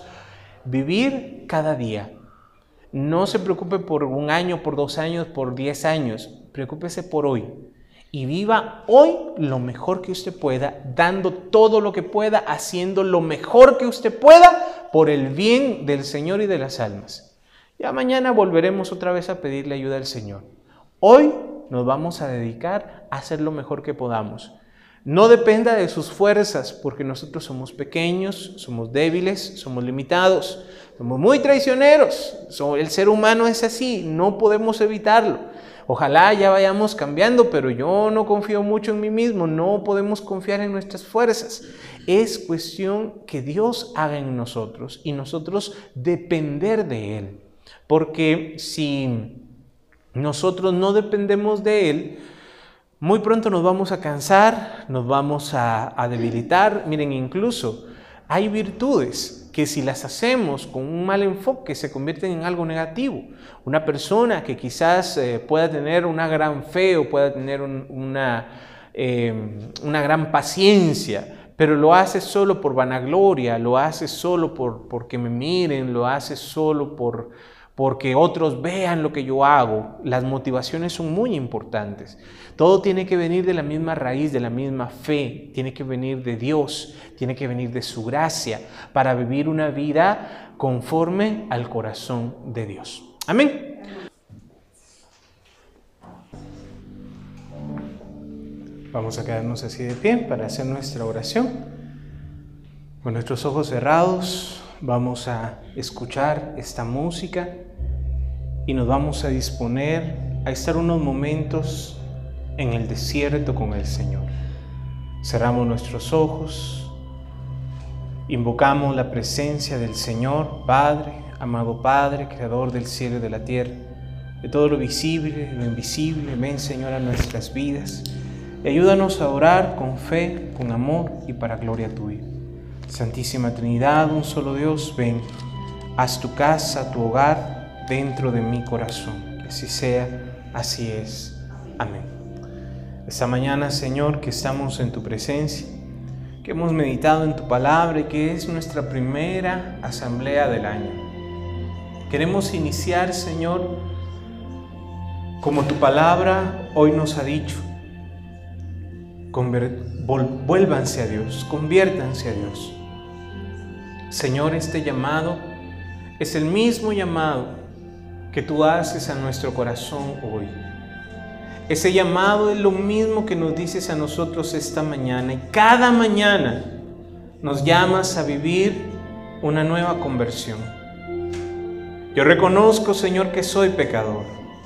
Vivir cada día. No se preocupe por un año, por dos años, por diez años. Preocúpese por hoy. Y viva hoy lo mejor que usted pueda, dando todo lo que pueda, haciendo lo mejor que usted pueda por el bien del Señor y de las almas. Ya mañana volveremos otra vez a pedirle ayuda al Señor. Hoy nos vamos a dedicar a hacer lo mejor que podamos. No dependa de sus fuerzas, porque nosotros somos pequeños, somos débiles, somos limitados, somos muy traicioneros. El ser humano es así, no podemos evitarlo. Ojalá ya vayamos cambiando, pero yo no confío mucho en mí mismo, no podemos confiar en nuestras fuerzas. Es cuestión que Dios haga en nosotros y nosotros depender de Él. Porque si nosotros no dependemos de Él, muy pronto nos vamos a cansar, nos vamos a, a debilitar. Miren, incluso hay virtudes que si las hacemos con un mal enfoque se convierten en algo negativo. Una persona que quizás eh, pueda tener una gran fe o pueda tener un, una, eh, una gran paciencia, pero lo hace solo por vanagloria, lo hace solo por porque me miren, lo hace solo por, porque otros vean lo que yo hago. Las motivaciones son muy importantes. Todo tiene que venir de la misma raíz, de la misma fe. Tiene que venir de Dios, tiene que venir de su gracia para vivir una vida conforme al corazón de Dios. Amén. Vamos a quedarnos así de pie para hacer nuestra oración. Con nuestros ojos cerrados vamos a escuchar esta música y nos vamos a disponer a estar unos momentos en el desierto con el Señor. Cerramos nuestros ojos, invocamos la presencia del Señor, Padre, amado Padre, Creador del cielo y de la tierra, de todo lo visible, lo invisible. Ven, Señor, a nuestras vidas y ayúdanos a orar con fe, con amor y para gloria tuya. Santísima Trinidad, un solo Dios, ven, haz tu casa, tu hogar dentro de mi corazón. Que así sea, así es. Amén. Esta mañana, Señor, que estamos en tu presencia, que hemos meditado en tu palabra y que es nuestra primera asamblea del año. Queremos iniciar, Señor, como tu palabra hoy nos ha dicho. Vuélvanse a Dios, conviértanse a Dios. Señor, este llamado es el mismo llamado que tú haces a nuestro corazón hoy. Ese llamado es lo mismo que nos dices a nosotros esta mañana, y cada mañana nos llamas a vivir una nueva conversión. Yo reconozco, Señor, que soy pecador.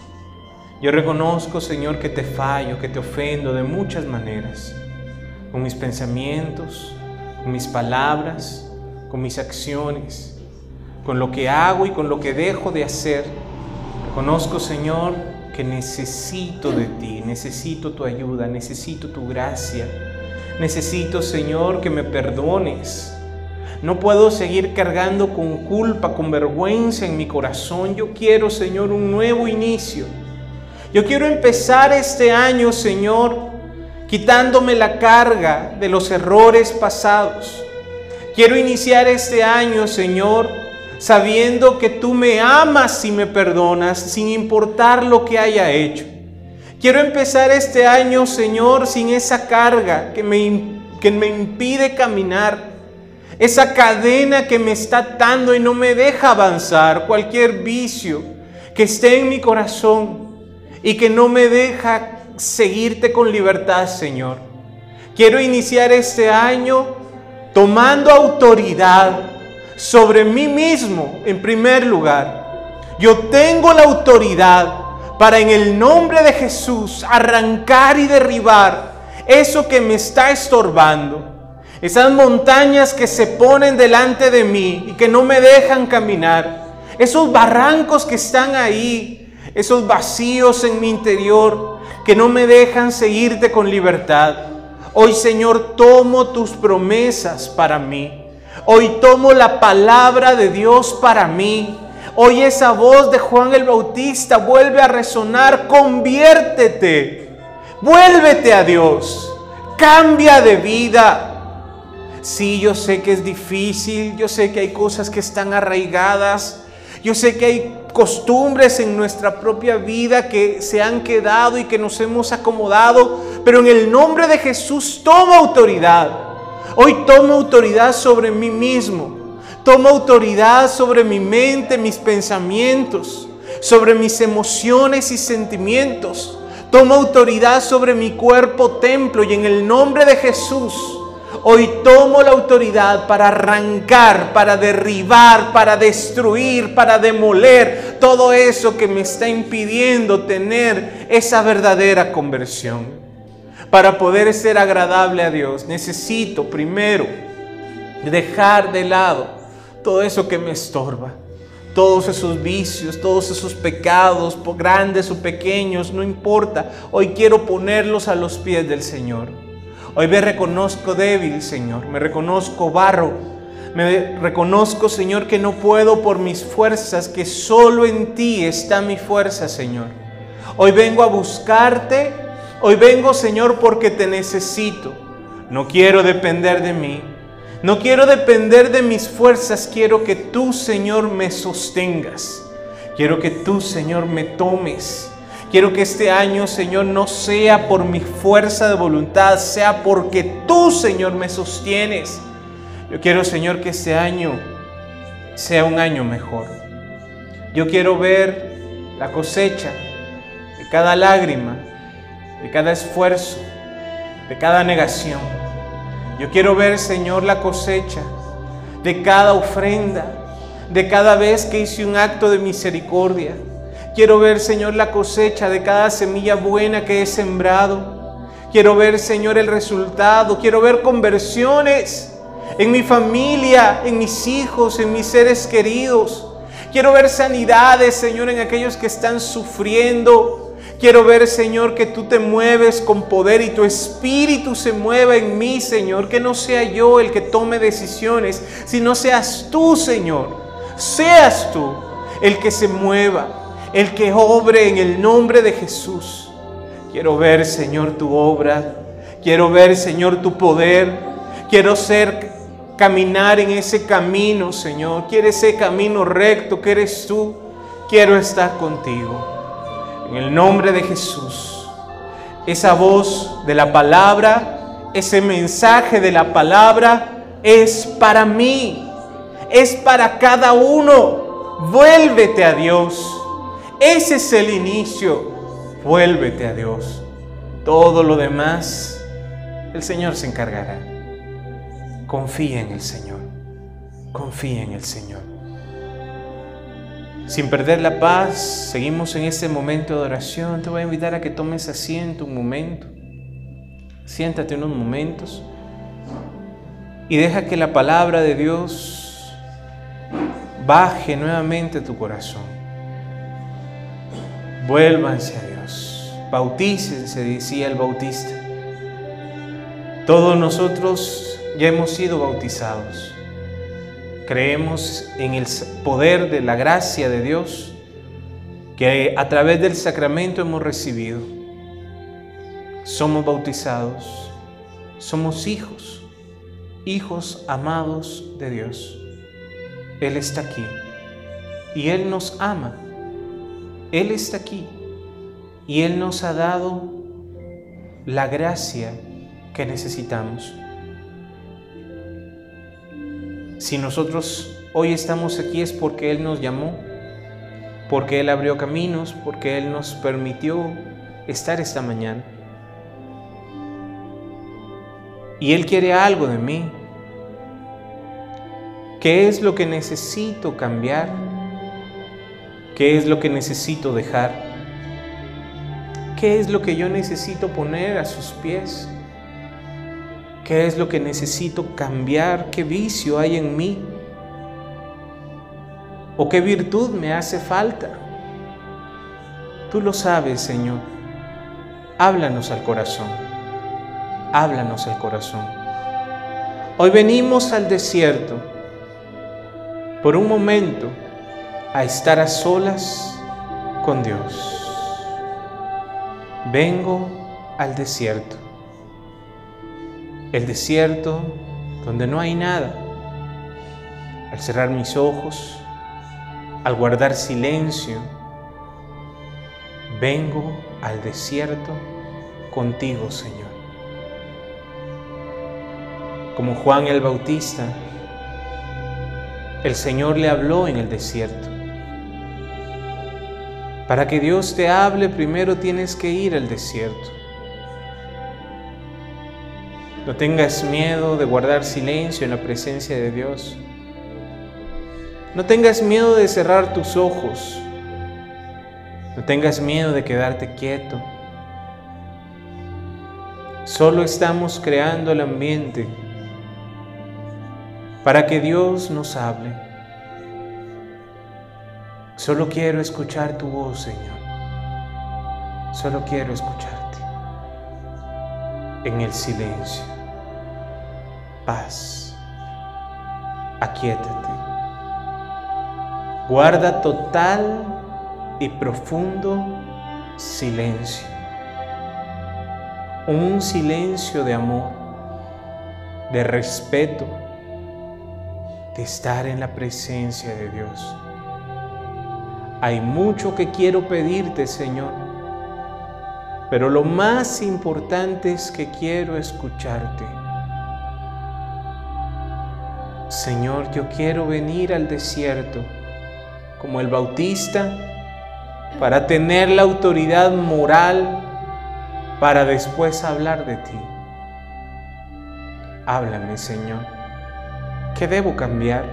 Yo reconozco, Señor, que te fallo, que te ofendo de muchas maneras, con mis pensamientos, con mis palabras, con mis acciones, con lo que hago y con lo que dejo de hacer. Reconozco, Señor, que necesito de ti, necesito tu ayuda, necesito tu gracia. Necesito, Señor, que me perdones. No puedo seguir cargando con culpa, con vergüenza en mi corazón. Yo quiero, Señor, un nuevo inicio. Yo quiero empezar este año, Señor, quitándome la carga de los errores pasados. Quiero iniciar este año, Señor, sabiendo que tú me amas y me perdonas, sin importar lo que haya hecho. Quiero empezar este año, Señor, sin esa carga que me, que me impide caminar, esa cadena que me está atando y no me deja avanzar, cualquier vicio que esté en mi corazón y que no me deja seguirte con libertad, Señor. Quiero iniciar este año tomando autoridad sobre mí mismo en primer lugar. Yo tengo la autoridad para, en el nombre de Jesús, arrancar y derribar eso que me está estorbando. Esas montañas que se ponen delante de mí y que no me dejan caminar. Esos barrancos que están ahí. Esos vacíos en mi interior que no me dejan seguirte con libertad. Hoy, Señor, tomo tus promesas para mí. Hoy tomo la palabra de Dios para mí. Hoy esa voz de Juan el Bautista vuelve a resonar. Conviértete. Vuélvete a Dios. Cambia de vida. Sí, yo sé que es difícil. Yo sé que hay cosas que están arraigadas. Yo sé que hay costumbres en nuestra propia vida que se han quedado y que nos hemos acomodado, pero en el nombre de Jesús tomo autoridad. Hoy tomo autoridad sobre mí mismo, tomo autoridad sobre mi mente, mis pensamientos, sobre mis emociones y sentimientos. Tomo autoridad sobre mi cuerpo templo y en el nombre de Jesús hoy tomo la autoridad para arrancar, para derribar, para destruir, para demoler todo eso que me está impidiendo tener esa verdadera conversión. Para poder ser agradable a Dios, necesito primero dejar de lado todo eso que me estorba. Todos esos vicios, todos esos pecados, grandes o pequeños, no importa. Hoy quiero ponerlos a los pies del Señor. Hoy me reconozco débil, Señor, me reconozco barro, me reconozco, Señor, que no puedo por mis fuerzas, que solo en ti está mi fuerza, Señor. Hoy vengo a buscarte, hoy vengo, Señor, porque te necesito. No quiero depender de mí, no quiero depender de mis fuerzas, quiero que tú, Señor, me sostengas. Quiero que tú, Señor, me tomes. Quiero que este año, Señor, no sea por mi fuerza de voluntad, sea porque tú, Señor, me sostienes. Yo quiero, Señor, que este año sea un año mejor. Yo quiero ver la cosecha de cada lágrima, de cada esfuerzo, de cada negación. Yo quiero ver, Señor, la cosecha de cada ofrenda, de cada vez que hice un acto de misericordia. Quiero ver, Señor, la cosecha de cada semilla buena que he sembrado. Quiero ver, Señor, el resultado. Quiero ver conversiones en mi familia, en mis hijos, en mis seres queridos. Quiero ver sanidades, Señor, en aquellos que están sufriendo. Quiero ver, Señor, que tú te mueves con poder y tu espíritu se mueva en mí, Señor. Que no sea yo el que tome decisiones, sino seas tú, Señor. Seas tú el que se mueva, el que obre en el nombre de Jesús. Quiero ver, Señor, tu obra. Quiero ver, Señor, tu poder. Quiero ser, caminar en ese camino, Señor. Quiero ese camino recto que eres tú. Quiero estar contigo. En el nombre de Jesús. Esa voz de la palabra, ese mensaje de la palabra es para mí. Es para cada uno. Vuélvete a Dios. Ese es el inicio. Vuélvete a Dios. Todo lo demás, el Señor se encargará. Confía en el Señor. Confía en el Señor. Sin perder la paz, seguimos en este momento de oración. Te voy a invitar a que tomes asiento un momento. Siéntate unos momentos y deja que la palabra de Dios baje nuevamente a tu corazón. Vuélvanse a Dios. Bautícense, decía el Bautista. Todos nosotros ya hemos sido bautizados. Creemos en el poder de la gracia de Dios que a través del sacramento hemos recibido. Somos bautizados. Somos hijos. Hijos amados de Dios. Él está aquí y Él nos ama. Él está aquí y Él nos ha dado la gracia que necesitamos. Si nosotros hoy estamos aquí es porque Él nos llamó, porque Él abrió caminos, porque Él nos permitió estar esta mañana. Y Él quiere algo de mí. ¿Qué es lo que necesito cambiar? ¿Qué es lo que necesito dejar? ¿Qué es lo que yo necesito poner a sus pies? ¿Qué es lo que necesito cambiar? ¿Qué vicio hay en mí? ¿O qué virtud me hace falta? Tú lo sabes, Señor. Háblanos al corazón. Háblanos al corazón. Hoy venimos al desierto por un momento a estar a solas con Dios. Vengo al desierto. El desierto donde no hay nada. Al cerrar mis ojos, al guardar silencio, vengo al desierto contigo, Señor. Como Juan el Bautista, el Señor le habló en el desierto. Para que Dios te hable, primero tienes que ir al desierto. No tengas miedo de guardar silencio en la presencia de Dios. No tengas miedo de cerrar tus ojos. No tengas miedo de quedarte quieto. Solo estamos creando el ambiente para que Dios nos hable. Solo quiero escuchar tu voz, Señor. Solo quiero escucharte. En el silencio. Paz. Aquíétate. Guarda total y profundo silencio. Un silencio de amor, de respeto, de estar en la presencia de Dios. Hay mucho que quiero pedirte, Señor, pero lo más importante es que quiero escucharte. Señor, yo quiero venir al desierto como el Bautista para tener la autoridad moral para después hablar de ti. Háblame, Señor. ¿Qué debo cambiar?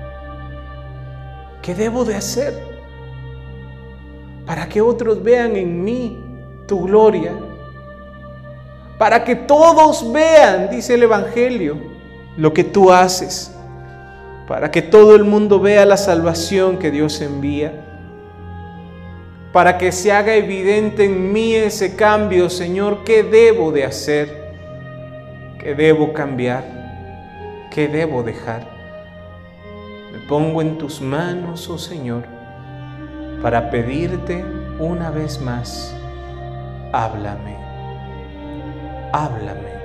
¿Qué debo de hacer para que otros vean en mí tu gloria? Para que todos vean, dice el Evangelio, lo que tú haces. Para que todo el mundo vea la salvación que Dios envía. Para que se haga evidente en mí ese cambio, Señor. ¿Qué debo de hacer? ¿Qué debo cambiar? ¿Qué debo dejar? Me pongo en tus manos, oh Señor, para pedirte una vez más, háblame, háblame.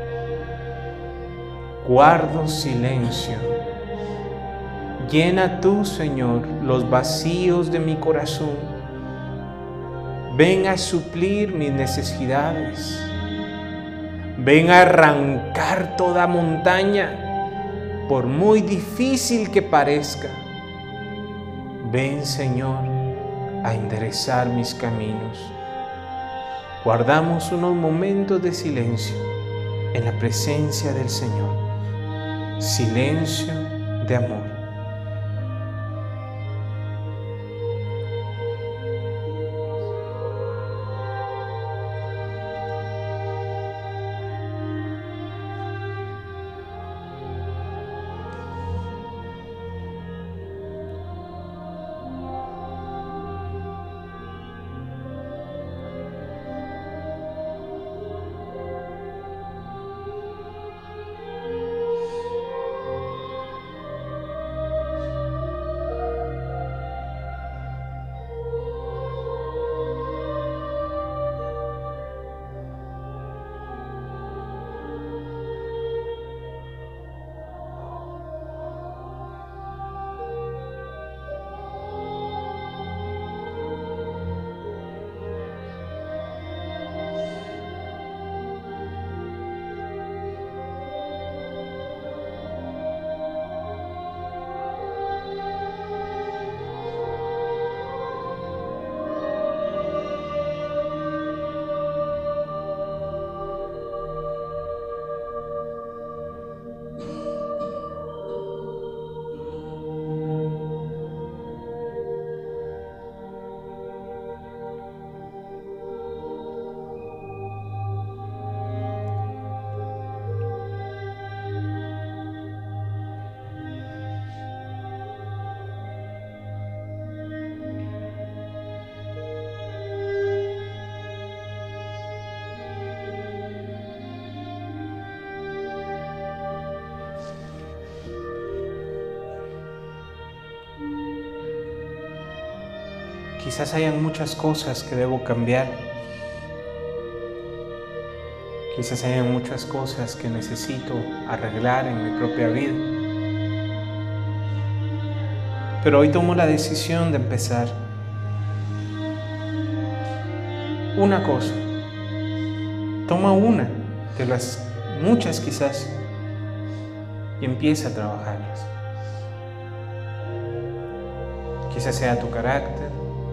Guardo silencio. Llena tú, Señor, los vacíos de mi corazón. Ven a suplir mis necesidades. Ven a arrancar toda montaña, por muy difícil que parezca. Ven, Señor, a enderezar mis caminos. Guardamos unos momentos de silencio en la presencia del Señor. Silencio de amor. Quizás hayan muchas cosas que debo cambiar. Quizás hayan muchas cosas que necesito arreglar en mi propia vida. Pero hoy tomo la decisión de empezar. Una cosa. Toma una de las muchas quizás y empieza a trabajarlas. Quizás sea tu carácter,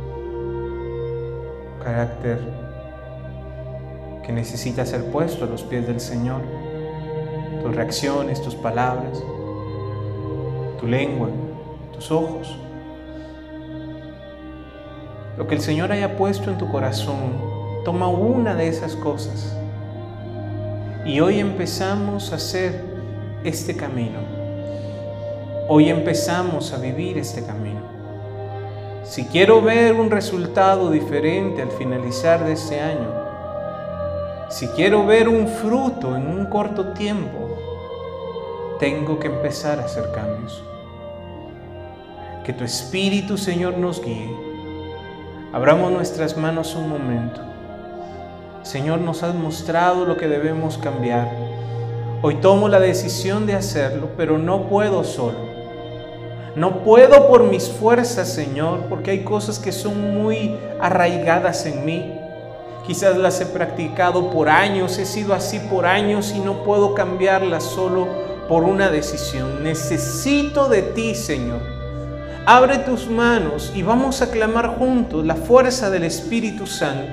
carácter que necesita ser puesto a los pies del Señor, tus reacciones, tus palabras, tu lengua, tus ojos. Lo que el Señor haya puesto en tu corazón, toma una de esas cosas. Y hoy empezamos a hacer este camino. Hoy empezamos a vivir este camino. Si quiero ver un resultado diferente al finalizar de este año, si quiero ver un fruto en un corto tiempo, tengo que empezar a hacer cambios. Que tu Espíritu, Señor, nos guíe. Abramos nuestras manos un momento. Señor, nos has mostrado lo que debemos cambiar. Hoy tomo la decisión de hacerlo, pero no puedo solo. No puedo por mis fuerzas, Señor, porque hay cosas que son muy arraigadas en mí. Quizás las he practicado por años, he sido así por años y no puedo cambiarlas solo por una decisión. Necesito de ti, Señor. Abre tus manos y vamos a clamar juntos la fuerza del Espíritu Santo.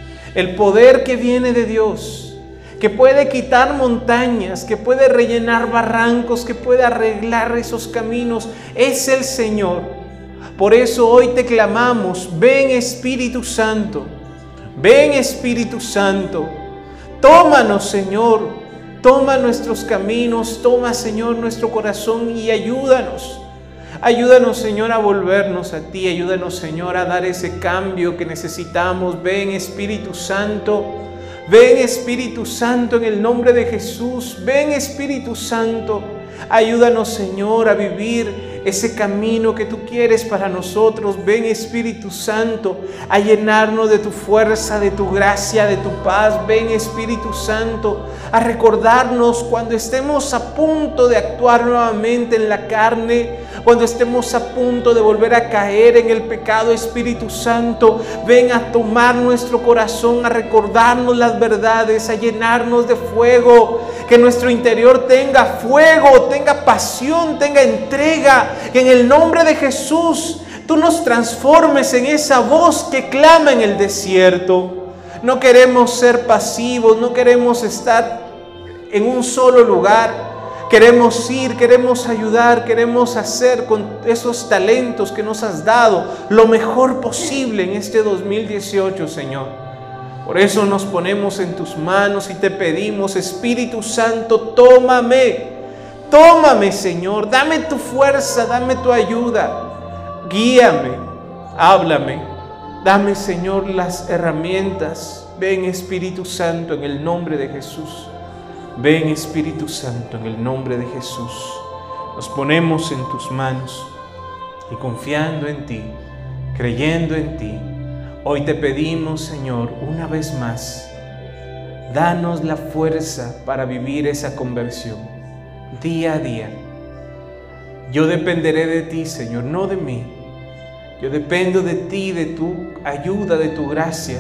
El poder que viene de Dios, que puede quitar montañas, que puede rellenar barrancos, que puede arreglar esos caminos, es el Señor. Por eso hoy te clamamos, ven Espíritu Santo, ven Espíritu Santo, tómanos, Señor, toma nuestros caminos, toma, Señor, nuestro corazón y ayúdanos. Ayúdanos, Señor, a volvernos a ti, ayúdanos, Señor, a dar ese cambio que necesitamos. Ven Espíritu Santo, ven Espíritu Santo en el nombre de Jesús, ven Espíritu Santo, ayúdanos, Señor, a vivir ese camino que tú quieres para nosotros. Ven Espíritu Santo a llenarnos de tu fuerza, de tu gracia, de tu paz. Ven Espíritu Santo a recordarnos cuando estemos a punto de actuar nuevamente en la carne, cuando estemos a punto de volver a caer en el pecado. Espíritu Santo, ven a tomar nuestro corazón, a recordarnos las verdades, a llenarnos de fuego, que nuestro interior tenga fuego, tenga pasión, tenga entrega. Que en el nombre de Jesús tú nos transformes en esa voz que clama en el desierto. No queremos ser pasivos, no queremos estar en un solo lugar. Queremos ir, queremos ayudar, queremos hacer con esos talentos que nos has dado lo mejor posible en este dos mil dieciocho, Señor. Por eso nos ponemos en tus manos y te pedimos, Espíritu Santo, tómame. Tómame, Señor, dame tu fuerza, dame tu ayuda, guíame, háblame, dame, Señor, las herramientas. Ven Espíritu Santo en el nombre de Jesús, ven Espíritu Santo en el nombre de Jesús. Nos ponemos en tus manos y confiando en ti, creyendo en ti, hoy te pedimos, Señor, una vez más, danos la fuerza para vivir esa conversión. Día a día, yo dependeré de ti, Señor, no de mí. Yo dependo de ti, de tu ayuda, de tu gracia.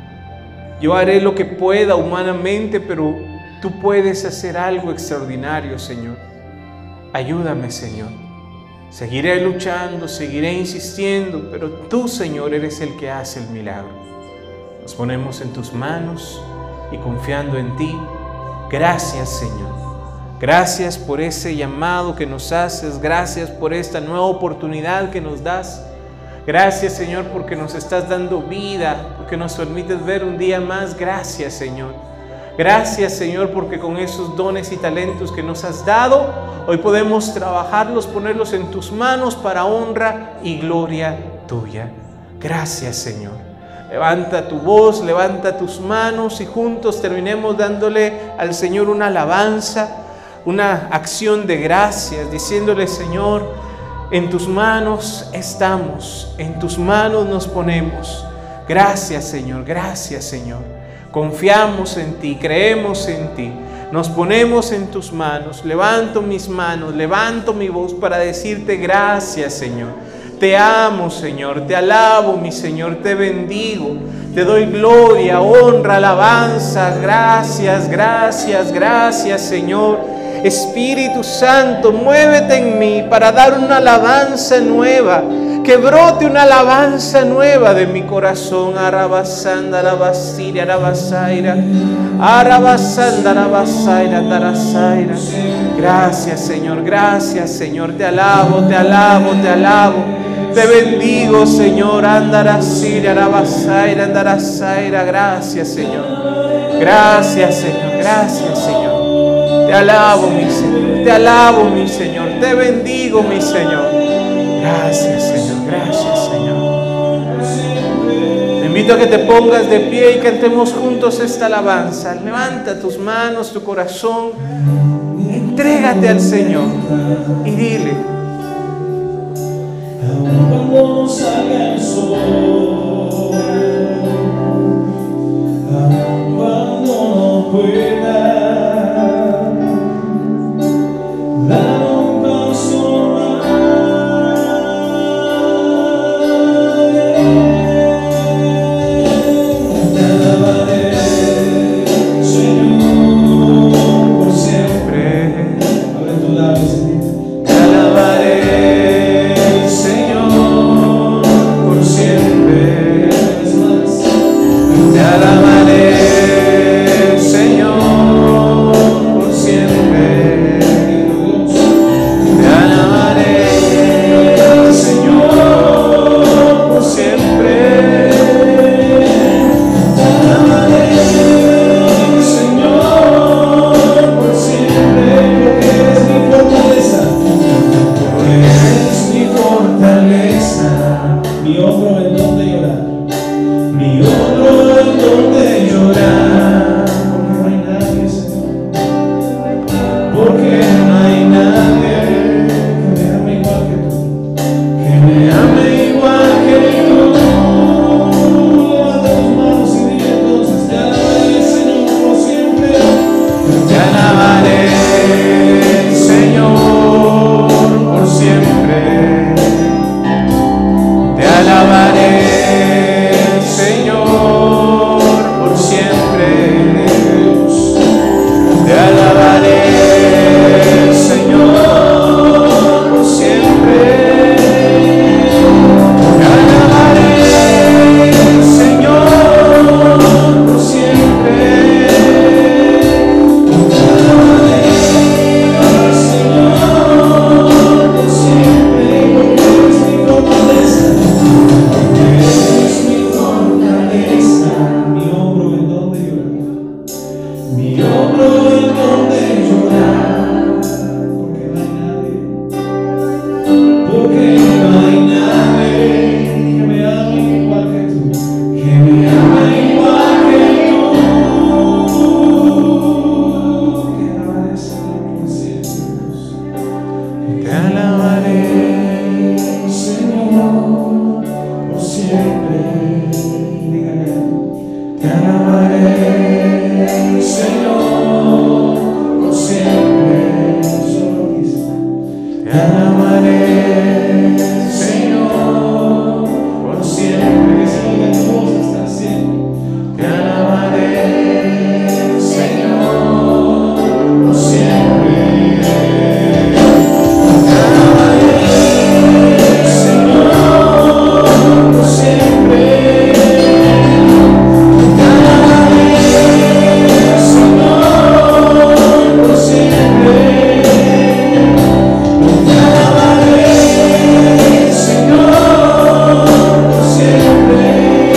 Yo haré lo que pueda humanamente, pero tú puedes hacer algo extraordinario, Señor. Ayúdame, Señor. Seguiré luchando, seguiré insistiendo, pero tú, Señor, eres el que hace el milagro. Nos ponemos en tus manos y confiando en ti. Gracias, Señor. Gracias por ese llamado que nos haces. Gracias por esta nueva oportunidad que nos das. Gracias, Señor, porque nos estás dando vida, porque nos permites ver un día más. Gracias, Señor. Gracias, Señor, porque con esos dones y talentos que nos has dado, hoy podemos trabajarlos, ponerlos en tus manos para honra y gloria tuya. Gracias, Señor. Levanta tu voz, levanta tus manos y juntos terminemos dándole al Señor una alabanza, una acción de gracias, diciéndole, Señor, en tus manos estamos, en tus manos nos ponemos. Gracias, Señor, gracias, Señor. Confiamos en ti, creemos en ti, nos ponemos en tus manos. Levanto mis manos, levanto mi voz para decirte gracias, Señor. Te amo, Señor, te alabo, mi Señor, te bendigo. Te doy gloria, honra, alabanza. Gracias, gracias, gracias, Señor. Espíritu Santo, muévete en mí para dar una alabanza nueva, que brote una alabanza nueva de mi corazón. Arabasanda, arabasiria, arabasaira, arabasanda, arabasaira, tarasaira. Gracias, Señor, gracias, Señor. Te alabo, te alabo, te alabo. Te bendigo, Señor. Andarasiria, arabasaira, andarasaira. Gracias, Señor. Gracias, Señor. Gracias, Señor. Te alabo, mi Señor, te alabo, mi Señor, te bendigo, mi Señor. Gracias, Señor, gracias, Señor. Te invito a que te pongas de pie y cantemos juntos esta alabanza. Levanta tus manos, tu corazón, entrégate al Señor y dile: cuando salga el sol, cuando no pueda. Dame un paso más. hombro en donde llorar, mi hombro en donde llorar, porque no hay nadie, Señor, porque no hay nadie que me ame igual que tú, que me ame igual que tú. Levanta tus manos y dile entonces: te alabaré, Señor, por siempre, te alabaré, Señor, por siempre, te alabaré, Señor, por siempre, te alabaré, Señor, por siempre, te alabaré, Señor, por siempre, te alabaré, Señor, por siempre, porque eres mi fortaleza, porque eres mi fortaleza, mi hombro en donde llorar, mi hombro en donde llorar, porque no hay nadie, porque no hay nadie que me ame igual que tú, que me ame igual que tú, que alabaré, Señor, por siempre, te alabaré, Señor, por siempre, dígale, te alabaré, Señor, por siempre, solo quise, te alabaré, Señor, por siempre, que se oiga tu voz hasta siempre, te alabaré, Señor, por siempre, te alabaré, Señor, por siempre, te alabaré, Señor, por siempre, te alabaré, Señor, por siempre,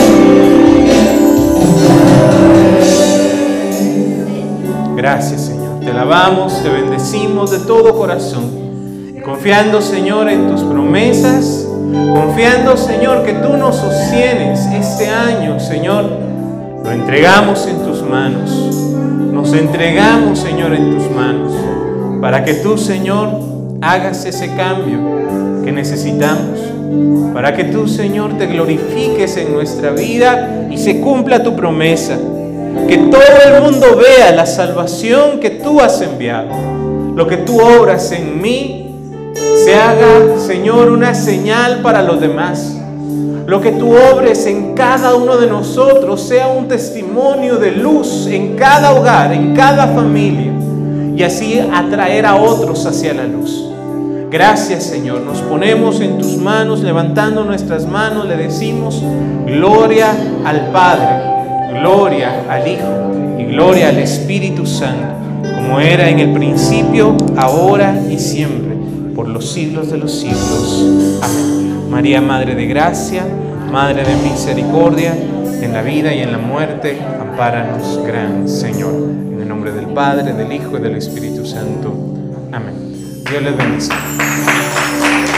Gracias, Señor. Te alabamos, te bendecimos de todo corazón. Confiando, Señor, en tus promesas. Confiando, Señor, que tú nos sostienes este año, Señor. Lo entregamos en tus manos. Nos entregamos, Señor, en tus manos. Para que tú, Señor, hagas ese cambio que necesitamos. Para que tú, Señor, te glorifiques en nuestra vida y se cumpla tu promesa. Que todo el mundo vea la salvación que tú has enviado. Lo que tú obras en mí se haga, Señor, una señal para los demás. Lo que tú obres en cada uno de nosotros sea un testimonio de luz en cada hogar, en cada familia, y así atraer a otros hacia la luz. Gracias, Señor. Nos ponemos en tus manos, levantando nuestras manos, le decimos gloria al Padre, gloria al Hijo y gloria al Espíritu Santo, como era en el principio, ahora y siempre, por los siglos de los siglos. Amén. María, Madre de Gracia, Madre de Misericordia, en la vida y en la muerte, ampáranos, Gran Señor. En el nombre del Padre, del Hijo y del Espíritu Santo. Amén. Dios les bendiga.